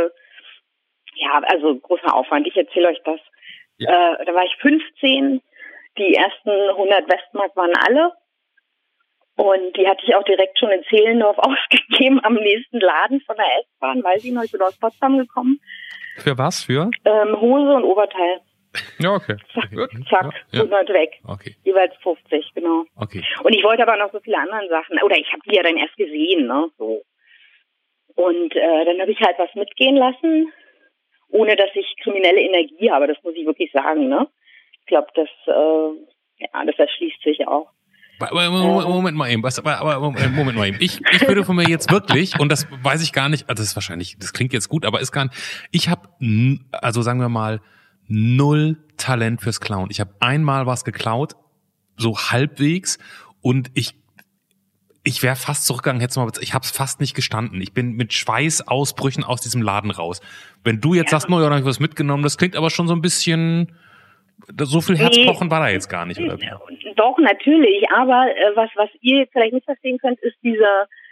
also großer Aufwand. Ich erzähle euch das. Ja. Da war ich 15. Die ersten 100 Westmark waren alle. Und die hatte ich auch direkt schon in Zehlendorf ausgegeben am nächsten Laden von der S-Bahn. Weiß ich noch, ich bin aus Potsdam gekommen. Für was? Für? Hose und Oberteil. Ja, okay. Zack, 100 weg. Okay. Jeweils 50, genau. Okay. Und ich wollte aber noch so viele andere Sachen. Oder ich habe die ja dann erst gesehen, ne? So. Und dann habe ich halt was mitgehen lassen, ohne dass ich kriminelle Energie habe. Das muss ich wirklich sagen, ne? Ich glaube, das erschließt sich auch. Moment mal eben. Moment mal eben. Ich würde von mir jetzt wirklich, und das weiß ich gar nicht, also das ist wahrscheinlich, das klingt jetzt gut, aber ist gar nicht, ich habe, also sagen wir mal, 0 Talent fürs Klauen. Ich habe einmal was geklaut, so halbwegs, und ich wäre fast zurückgegangen, ich habe es fast nicht gestanden. Ich bin mit Schweißausbrüchen aus diesem Laden raus. Wenn du jetzt sagst, dann habe ich was mitgenommen, das klingt aber schon so ein bisschen, so viel Herzpochen war da jetzt gar nicht, oder? Doch, natürlich, aber was ihr jetzt vielleicht nicht verstehen könnt, ist dieses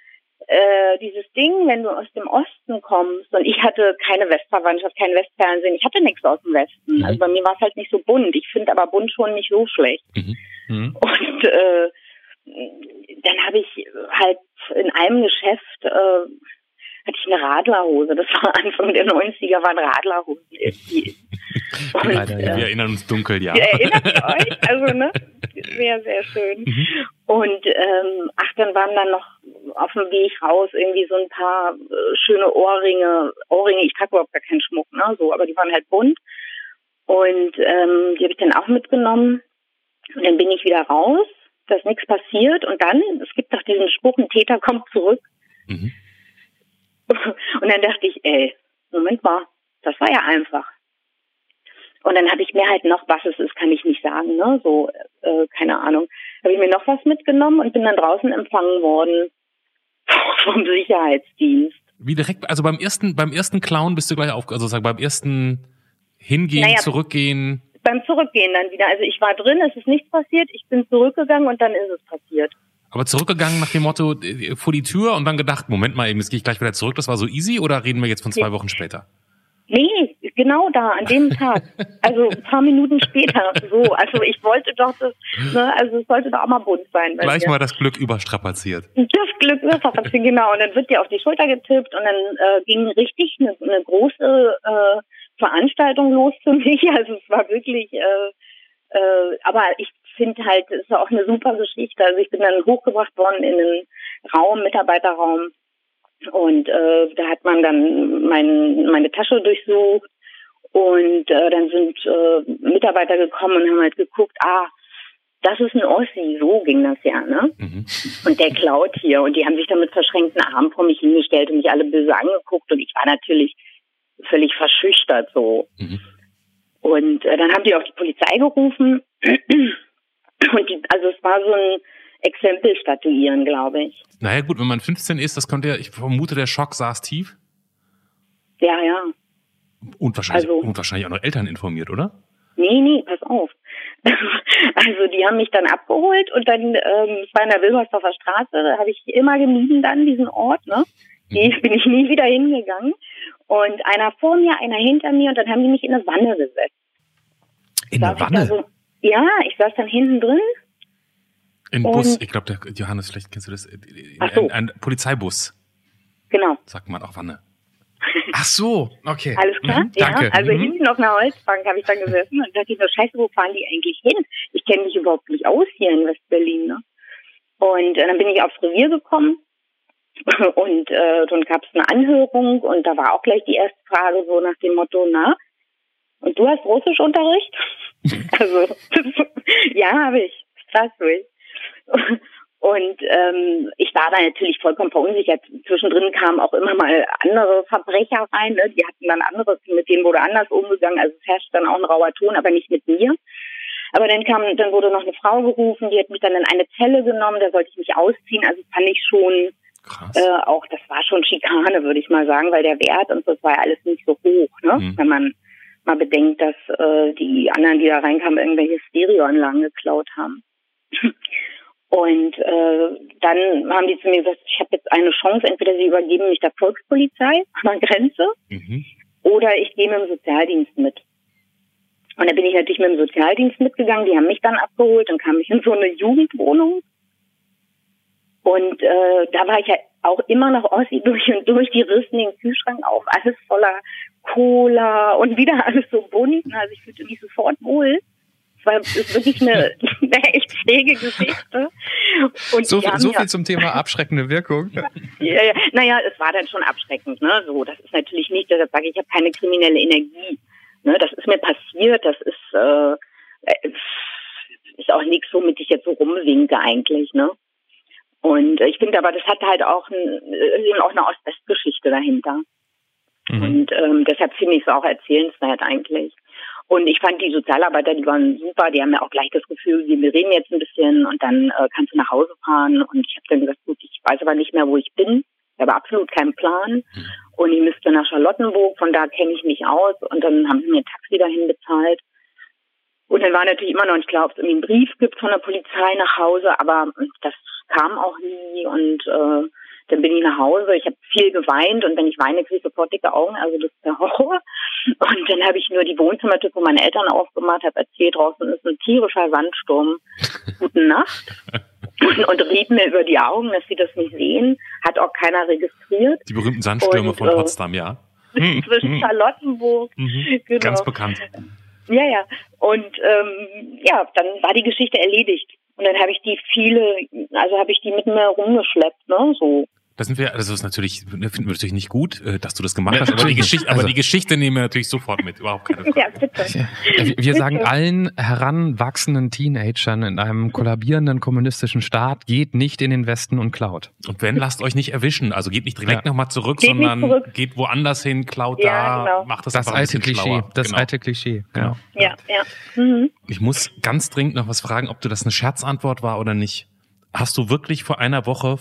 Ding, wenn du aus dem Osten kommst, und ich hatte keine Westverwandtschaft, kein Westfernsehen, ich hatte nichts aus dem Westen. Mhm. Also bei mir war es halt nicht so bunt. Ich finde aber bunt schon nicht so schlecht. Mhm. Und dann habe ich halt in einem Geschäft hatte ich eine Radlerhose. Das war Anfang der 90er, waren Radlerhosen. Wir erinnern uns dunkel, ja. Ihr erinnert euch? Also, ne? Sehr, sehr schön. Mhm. Und dann waren dann noch auf dem Weg raus irgendwie so ein paar schöne Ohrringe. Ich trage überhaupt gar keinen Schmuck, ne? So, aber die waren halt bunt. Und die habe ich dann auch mitgenommen. Und dann bin ich wieder raus, da ist nichts passiert. Und dann, es gibt doch diesen Spruch, ein Täter kommt zurück. Mhm. Und dann dachte ich, Moment mal, das war ja einfach. Und dann habe ich mir halt noch, was es ist, kann ich nicht sagen, ne? So, keine Ahnung. Habe ich mir noch was mitgenommen und bin dann draußen empfangen worden vom Sicherheitsdienst. Wie direkt, also beim ersten Clown bist du gleich beim ersten Hingehen, Zurückgehen. Beim Zurückgehen dann wieder. Also ich war drin, es ist nichts passiert, ich bin zurückgegangen und dann ist es passiert. Aber zurückgegangen nach dem Motto, vor die Tür und dann gedacht, Moment mal eben, jetzt gehe ich gleich wieder zurück, das war so easy, oder reden wir jetzt von 2 Wochen später? Nee, genau da, an dem Tag. Also ein paar Minuten später. So, also ich wollte doch also es sollte doch auch mal bunt sein. Gleich mal das Glück überstrapaziert. Das Glück überstrapaziert, genau. Und dann wird dir auf die Schulter getippt und dann ging richtig eine große Veranstaltung los für mich. Also es war wirklich, aber ich finde halt, es ist auch eine super Geschichte. Also ich bin dann hochgebracht worden in einen Mitarbeiterraum. Und da hat man dann meine Tasche durchsucht Und dann sind Mitarbeiter gekommen und haben halt geguckt, das ist ein Ossi, so ging das ja, ne? Mhm. Und der klaut hier. Und die haben sich dann mit verschränkten Armen vor mich hingestellt und mich alle böse angeguckt. Und ich war natürlich völlig verschüchtert so. Mhm. Und dann haben die auch die Polizei gerufen. Und also es war so ein Exempel statuieren, glaube ich. Naja gut, wenn man 15 ist, das konnte ja, ich vermute, der Schock saß tief. Ja. Und wahrscheinlich auch noch Eltern informiert, oder? Nee, pass auf. Also die haben mich dann abgeholt und dann, ich war in der Wilmersdorfer Straße, da habe ich immer gemieden dann diesen Ort, ne? Bin ich nie wieder hingegangen. Und einer vor mir, einer hinter mir und dann haben die mich in eine Wanne gesetzt. In eine Wanne? Ich saß dann hinten drin. Ein Bus, ich glaube, der Johannes, vielleicht kennst du das, ein Polizeibus. Genau. Sagt man auch Wanne. Ach so, okay. Alles klar? Danke. Also hinten auf einer Holzbank habe ich dann gesessen und dachte ich so, scheiße, wo fahren die eigentlich hin? Ich kenne mich überhaupt nicht aus hier in West-Berlin, ne? Und dann bin ich aufs Revier gekommen und dann gab es eine Anhörung und da war auch gleich die erste Frage so nach dem Motto, na, und du hast Russischunterricht? Also, ja, habe ich. Krass durch. Und ich war da natürlich vollkommen verunsichert. Zwischendrin kamen auch immer mal andere Verbrecher rein, ne? Die hatten dann anderes, mit denen wurde anders umgegangen. Also es herrscht dann auch ein rauer Ton, aber nicht mit mir. Aber dann wurde noch eine Frau gerufen, die hat mich dann in eine Zelle genommen, da sollte ich mich ausziehen. Also fand ich schon auch, das war schon Schikane, würde ich mal sagen, weil der Wert und so, das war ja alles nicht so hoch, ne? Mhm. Wenn man mal bedenkt, dass die anderen, die da reinkamen, irgendwelche Stereoanlagen geklaut haben. Und dann haben die zu mir gesagt, ich habe jetzt eine Chance, entweder sie übergeben mich der Volkspolizei an der Grenze oder ich gehe mit dem Sozialdienst mit. Und dann bin ich natürlich mit dem Sozialdienst mitgegangen, die haben mich dann abgeholt, dann kam ich in so eine Jugendwohnung und da war ich ja auch immer noch Ossi durch und durch, die rissen den Kühlschrank auf, alles voller Cola und wieder alles so bunt, also ich fühlte mich sofort wohl. Es ist wirklich eine echt schräge Geschichte. Und so viel zum Thema abschreckende Wirkung. Ja. Naja, es war dann schon abschreckend, ne? So, das ist natürlich nicht, deshalb sage ich habe keine kriminelle Energie. Ne? Das ist mir passiert, das ist auch nichts, womit ich jetzt so rumwinke eigentlich, ne? Und ich finde aber, das hat halt auch eine Ost-West-Geschichte dahinter. Und deshalb finde ich es auch erzählenswert eigentlich. Und ich fand die Sozialarbeiter, die waren super, die haben mir auch gleich das Gefühl gegeben, wir reden jetzt ein bisschen und dann kannst du nach Hause fahren. Und ich habe dann gesagt, gut, ich weiß aber nicht mehr, wo ich bin. Ich habe absolut keinen Plan. Und ich müsste nach Charlottenburg, von da kenne ich mich aus. Und dann haben sie mir ein Taxi dahin bezahlt. Und dann war natürlich immer noch nicht klar, ob es irgendwie einen Brief gibt von der Polizei nach Hause, aber das kam auch nie. Und dann bin ich nach Hause, ich habe viel geweint und wenn ich weine, kriege ich sofort dicke Augen, also das ist der Horror. Und dann habe ich nur die Wohnzimmertür von meinen Eltern aufgemacht, habe erzählt, draußen ist ein tierischer Sandsturm, gute Nacht. Und rieb mir über die Augen, dass sie das nicht sehen, hat auch keiner registriert. Die berühmten Sandstürme von Potsdam, ja. Zwischen Charlottenburg, genau. Ganz bekannt. Ja. Und dann war die Geschichte erledigt. Und dann habe ich die mit mir rumgeschleppt, ne, so. Das finden wir natürlich nicht gut, dass du das gemacht hast, aber die Geschichte nehmen wir natürlich sofort mit, überhaupt keine Frage. Ja, bitte. Wir sagen allen heranwachsenden Teenagern in einem kollabierenden kommunistischen Staat, geht nicht in den Westen und klaut. Und wenn, lasst euch nicht erwischen, also geht nicht direkt nochmal zurück, geht sondern geht woanders hin, klaut genau. Macht das einfach alte ein bisschen Klischee, schlauer. alte Klischee, genau. Ja. Mhm. Ich muss ganz dringend noch was fragen, ob das eine Scherzantwort war oder nicht. Hast du wirklich vor einer Woche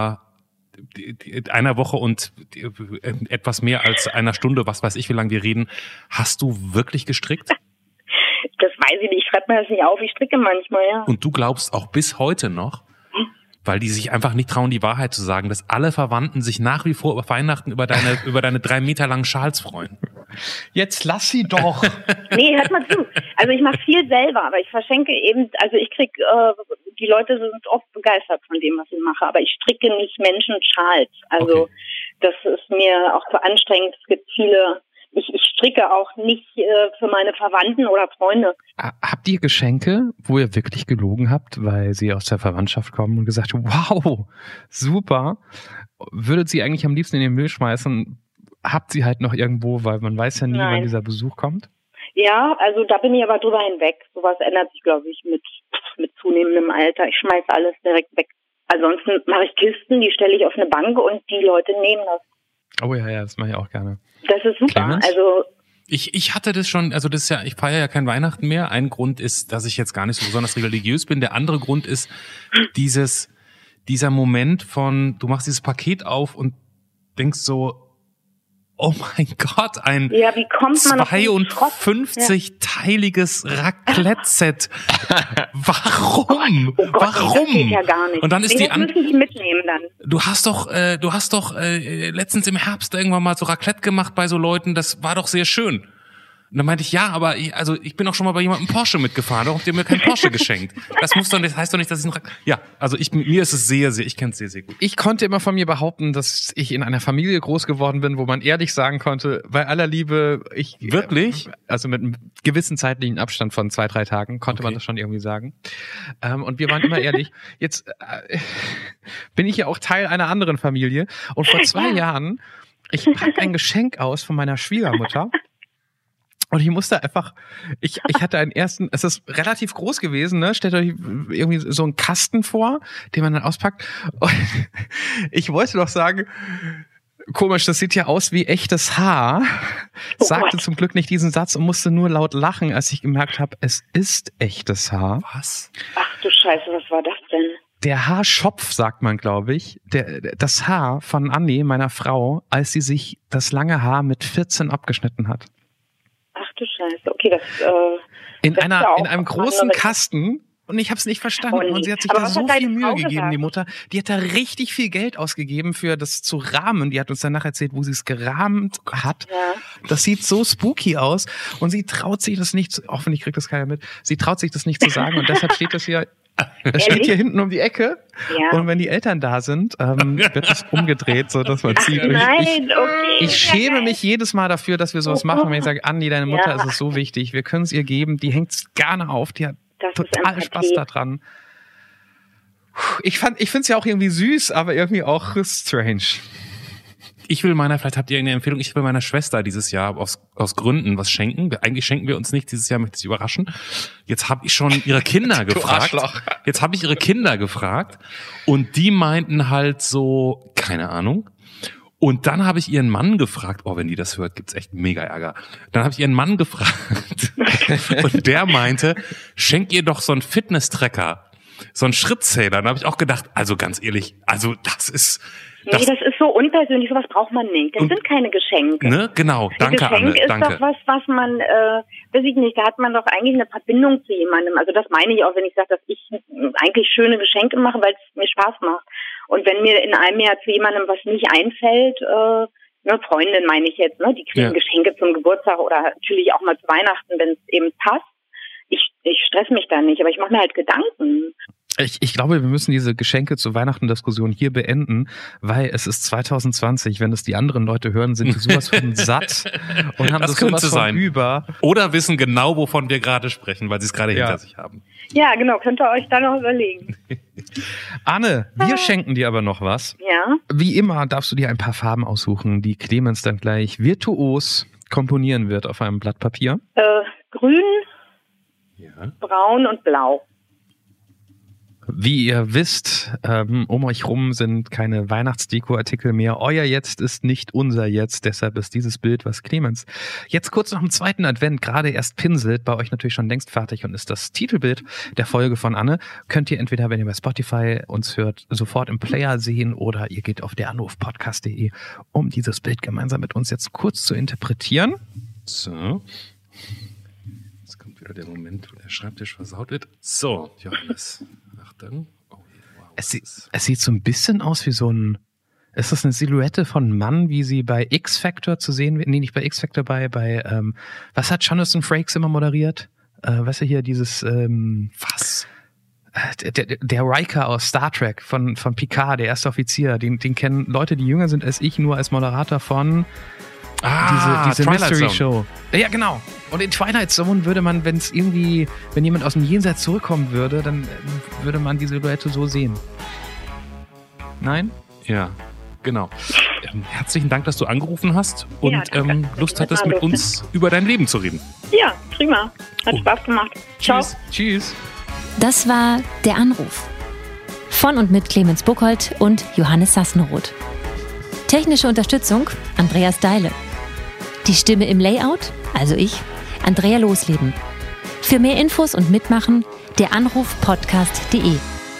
und etwas mehr als einer Stunde, was weiß ich, wie lange wir reden, hast du wirklich gestrickt? Das weiß ich nicht, ich schreibe mir das nicht auf, ich stricke manchmal, ja. Und du glaubst auch bis heute noch, weil die sich einfach nicht trauen, die Wahrheit zu sagen, dass alle Verwandten sich nach wie vor über Weihnachten über deine 3 Meter langen Schals freuen. Jetzt lass sie doch. Nee, hört mal zu. Also ich mache viel selber, aber ich verschenke eben, also ich krieg, die Leute sind oft begeistert von dem, was ich mache, aber ich stricke nicht Menschen Schals. Also okay. Das ist mir auch zu anstrengend. Es gibt viele, ich stricke auch nicht für meine Verwandten oder Freunde. Habt ihr Geschenke, wo ihr wirklich gelogen habt, weil sie aus der Verwandtschaft kommen und gesagt, wow, super, würdet sie eigentlich am liebsten in den Müll schmeißen, habt sie halt noch irgendwo, weil man weiß ja nie, wann dieser Besuch kommt? Ja, also da bin ich aber drüber hinweg. Sowas ändert sich, glaube ich, mit zunehmendem Alter. Ich schmeiß alles direkt weg. Ansonsten mache ich Kisten, die stelle ich auf eine Bank und die Leute nehmen das. Oh ja, das mache ich auch gerne. Das ist super. Clemens? Also Ich hatte das schon, also das ist ja, ich feiere ja kein Weihnachten mehr. Ein Grund ist, dass ich jetzt gar nicht so besonders religiös bin. Der andere Grund ist dieser Moment von, du machst dieses Paket auf und denkst so, oh mein Gott, ein wie kommt man 52-teiliges Raclette-Set. Warum? Oh Gott, Warum? Das geht ja gar nicht. Und dann ist das müssen die mitnehmen dann. Du hast doch letztens im Herbst irgendwann mal so Raclette gemacht bei so Leuten, das war doch sehr schön. Und dann meinte ich, ja, aber ich bin auch schon mal bei jemandem Porsche mitgefahren, warum habt ihr mir kein Porsche geschenkt? Das heißt doch nicht, dass ich mir ist es sehr, sehr, ich kenne es sehr, sehr gut. Ich konnte immer von mir behaupten, dass ich in einer Familie groß geworden bin, wo man ehrlich sagen konnte, bei aller Liebe, Wirklich? Also mit einem gewissen zeitlichen Abstand von 2-3 Tagen konnte man das schon irgendwie sagen. Und wir waren immer ehrlich. Jetzt bin ich ja auch Teil einer anderen Familie. Und vor 2 Jahren, ich packe ein Geschenk aus von meiner Schwiegermutter. Und ich musste einfach, ich hatte einen ersten, es ist relativ groß gewesen, ne? Stellt euch irgendwie so einen Kasten vor, den man dann auspackt. Und ich wollte doch sagen, komisch, das sieht ja aus wie echtes Haar. Sagte zum Glück nicht diesen Satz und musste nur laut lachen, als ich gemerkt habe, es ist echtes Haar. Was? Ach du Scheiße, was war das denn? Der Haarschopf, sagt man, glaube ich. Das Haar von Anni, meiner Frau, als sie sich das lange Haar mit 14 abgeschnitten hat. Ach du Scheiße, okay, das in einem großen Kasten, und ich habe es nicht verstanden. Und sie hat sich da so viel Mühe gegeben, die Mutter. Die hat da richtig viel Geld ausgegeben für das zu rahmen. Die hat uns danach erzählt, wo sie es gerahmt hat. Ja. Das sieht so spooky aus und sie traut sich das nicht, hoffentlich kriegt das keiner mit, sie traut sich das nicht zu sagen und deshalb steht das hier. Das steht hier hinten um die Ecke und wenn die Eltern da sind, wird das umgedreht, so dass man sieht. Ich schäme mich jedes Mal dafür, dass wir sowas machen, wenn ich sage, Andi, deine Mutter ist es so wichtig, wir können es ihr geben, die hängt es gerne auf, die hat total Spaß daran. Ich finde es ja auch irgendwie süß, aber irgendwie auch strange. Vielleicht habt ihr eine Empfehlung, ich will meiner Schwester dieses Jahr aus Gründen was schenken. Eigentlich schenken wir uns nicht, dieses Jahr möchte ich sie überraschen. Jetzt habe ich schon ihre Kinder gefragt. Jetzt habe ich ihre Kinder gefragt und die meinten halt so, keine Ahnung. Und dann habe ich ihren Mann gefragt, wenn die das hört, gibt's echt mega Ärger. Dann habe ich ihren Mann gefragt und der meinte, schenk ihr doch so einen Fitness-Tracker, so einen Schrittzähler. Dann habe ich auch gedacht, also ganz ehrlich, also das ist das ist so unpersönlich, sowas braucht man nicht. Das sind keine Geschenke. Ne, genau, danke Anne, Geschenk ist danke. doch was man, weiß ich nicht, da hat man doch eigentlich eine Verbindung zu jemandem. Also das meine ich auch, wenn ich sage, dass ich eigentlich schöne Geschenke mache, weil es mir Spaß macht. Und wenn mir in einem Jahr zu jemandem was nicht einfällt, eine Freundin meine ich jetzt, ne, die kriegen Geschenke zum Geburtstag oder natürlich auch mal zu Weihnachten, wenn es eben passt. Ich stress mich da nicht, aber ich mache mir halt Gedanken. Ich glaube, wir müssen diese Geschenke zur Weihnachten-Diskussion hier beenden, weil es ist 2020. Wenn es die anderen Leute hören, sind die sowas von satt und haben das sowas von über. Oder wissen genau, wovon wir gerade sprechen, weil sie es gerade hinter sich haben. Ja, genau. Könnt ihr euch dann noch überlegen. Anne, wir schenken dir aber noch was. Ja. Wie immer darfst du dir ein paar Farben aussuchen, die Clemens dann gleich virtuos komponieren wird auf einem Blatt Papier. Grün, Braun und Blau. Wie ihr wisst, um euch rum sind keine Weihnachtsdeko-Artikel mehr. Euer Jetzt ist nicht unser Jetzt. Deshalb ist dieses Bild, was Clemens jetzt kurz nach dem 2. Advent gerade erst pinselt, bei euch natürlich schon längst fertig und ist das Titelbild der Folge von Anne. Könnt ihr entweder, wenn ihr bei Spotify uns hört, sofort im Player sehen oder ihr geht auf deranrufpodcast.de, um dieses Bild gemeinsam mit uns jetzt kurz zu interpretieren. So. Jetzt kommt wieder der Moment, wo der Schreibtisch versaut wird. So, Johannes. Achtung. Oh, wow, es sieht so ein bisschen aus wie so ein... Ist das eine Silhouette von Mann, wie sie bei X-Factor zu sehen wird? Nee, nicht bei X-Factor, bei was hat Jonathan Frakes immer moderiert? Weißt du hier, dieses was? Der Riker aus Star Trek von Picard, der erste Offizier, den kennen Leute, die jünger sind als ich, nur als Moderator von diese Mystery Show. Ja, genau. Und in Twilight Zone würde man, wenn jemand aus dem Jenseits zurückkommen würde, dann würde man die Silhouette so sehen. Nein? Ja, genau. herzlichen Dank, dass du angerufen hast und danke. Lust hattest, mit uns über dein Leben zu reden. Ja, prima. Hat Spaß gemacht. Ciao. Tschüss. Das war Der Anruf. Von und mit Clemens Buchholz und Johannes Sassenroth. Technische Unterstützung Andreas Deile. Die Stimme im Layout, also ich, Andrea Losleben. Für mehr Infos und Mitmachen deranrufpodcast.de.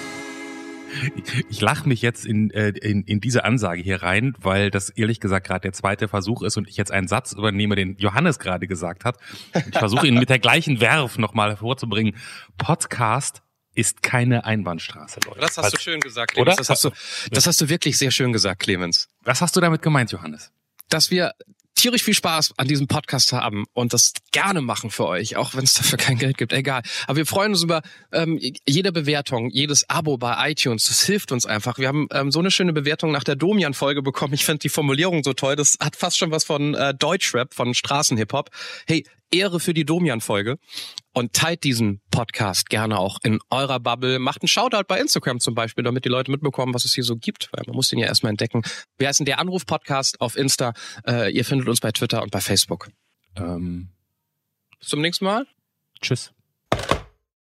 Ich lache mich jetzt in diese Ansage hier rein, weil das ehrlich gesagt gerade der zweite Versuch ist und ich jetzt einen Satz übernehme, den Johannes gerade gesagt hat. Ich versuche ihn mit der gleichen Verve nochmal hervorzubringen. Podcast ist keine Einbahnstraße, Leute. Das hast du schön gesagt, Clemens. Oder? Das hast du wirklich sehr schön gesagt, Clemens. Was hast du damit gemeint, Johannes? Dass wir tierisch viel Spaß an diesem Podcast haben und das gerne machen für euch, auch wenn es dafür kein Geld gibt, egal. Aber wir freuen uns über jede Bewertung, jedes Abo bei iTunes. Das hilft uns einfach. Wir haben so eine schöne Bewertung nach der Domian-Folge bekommen. Ich finde die Formulierung so toll. Das hat fast schon was von Deutschrap, von Straßenhip-Hop. Hey, Ehre für die Domian-Folge. Und teilt diesen Podcast gerne auch in eurer Bubble. Macht einen Shoutout bei Instagram zum Beispiel, damit die Leute mitbekommen, was es hier so gibt. Weil man muss den ja erstmal entdecken. Wir heißen Der Anruf-Podcast auf Insta. Ihr findet uns bei Twitter und bei Facebook. Bis zum nächsten Mal. Tschüss.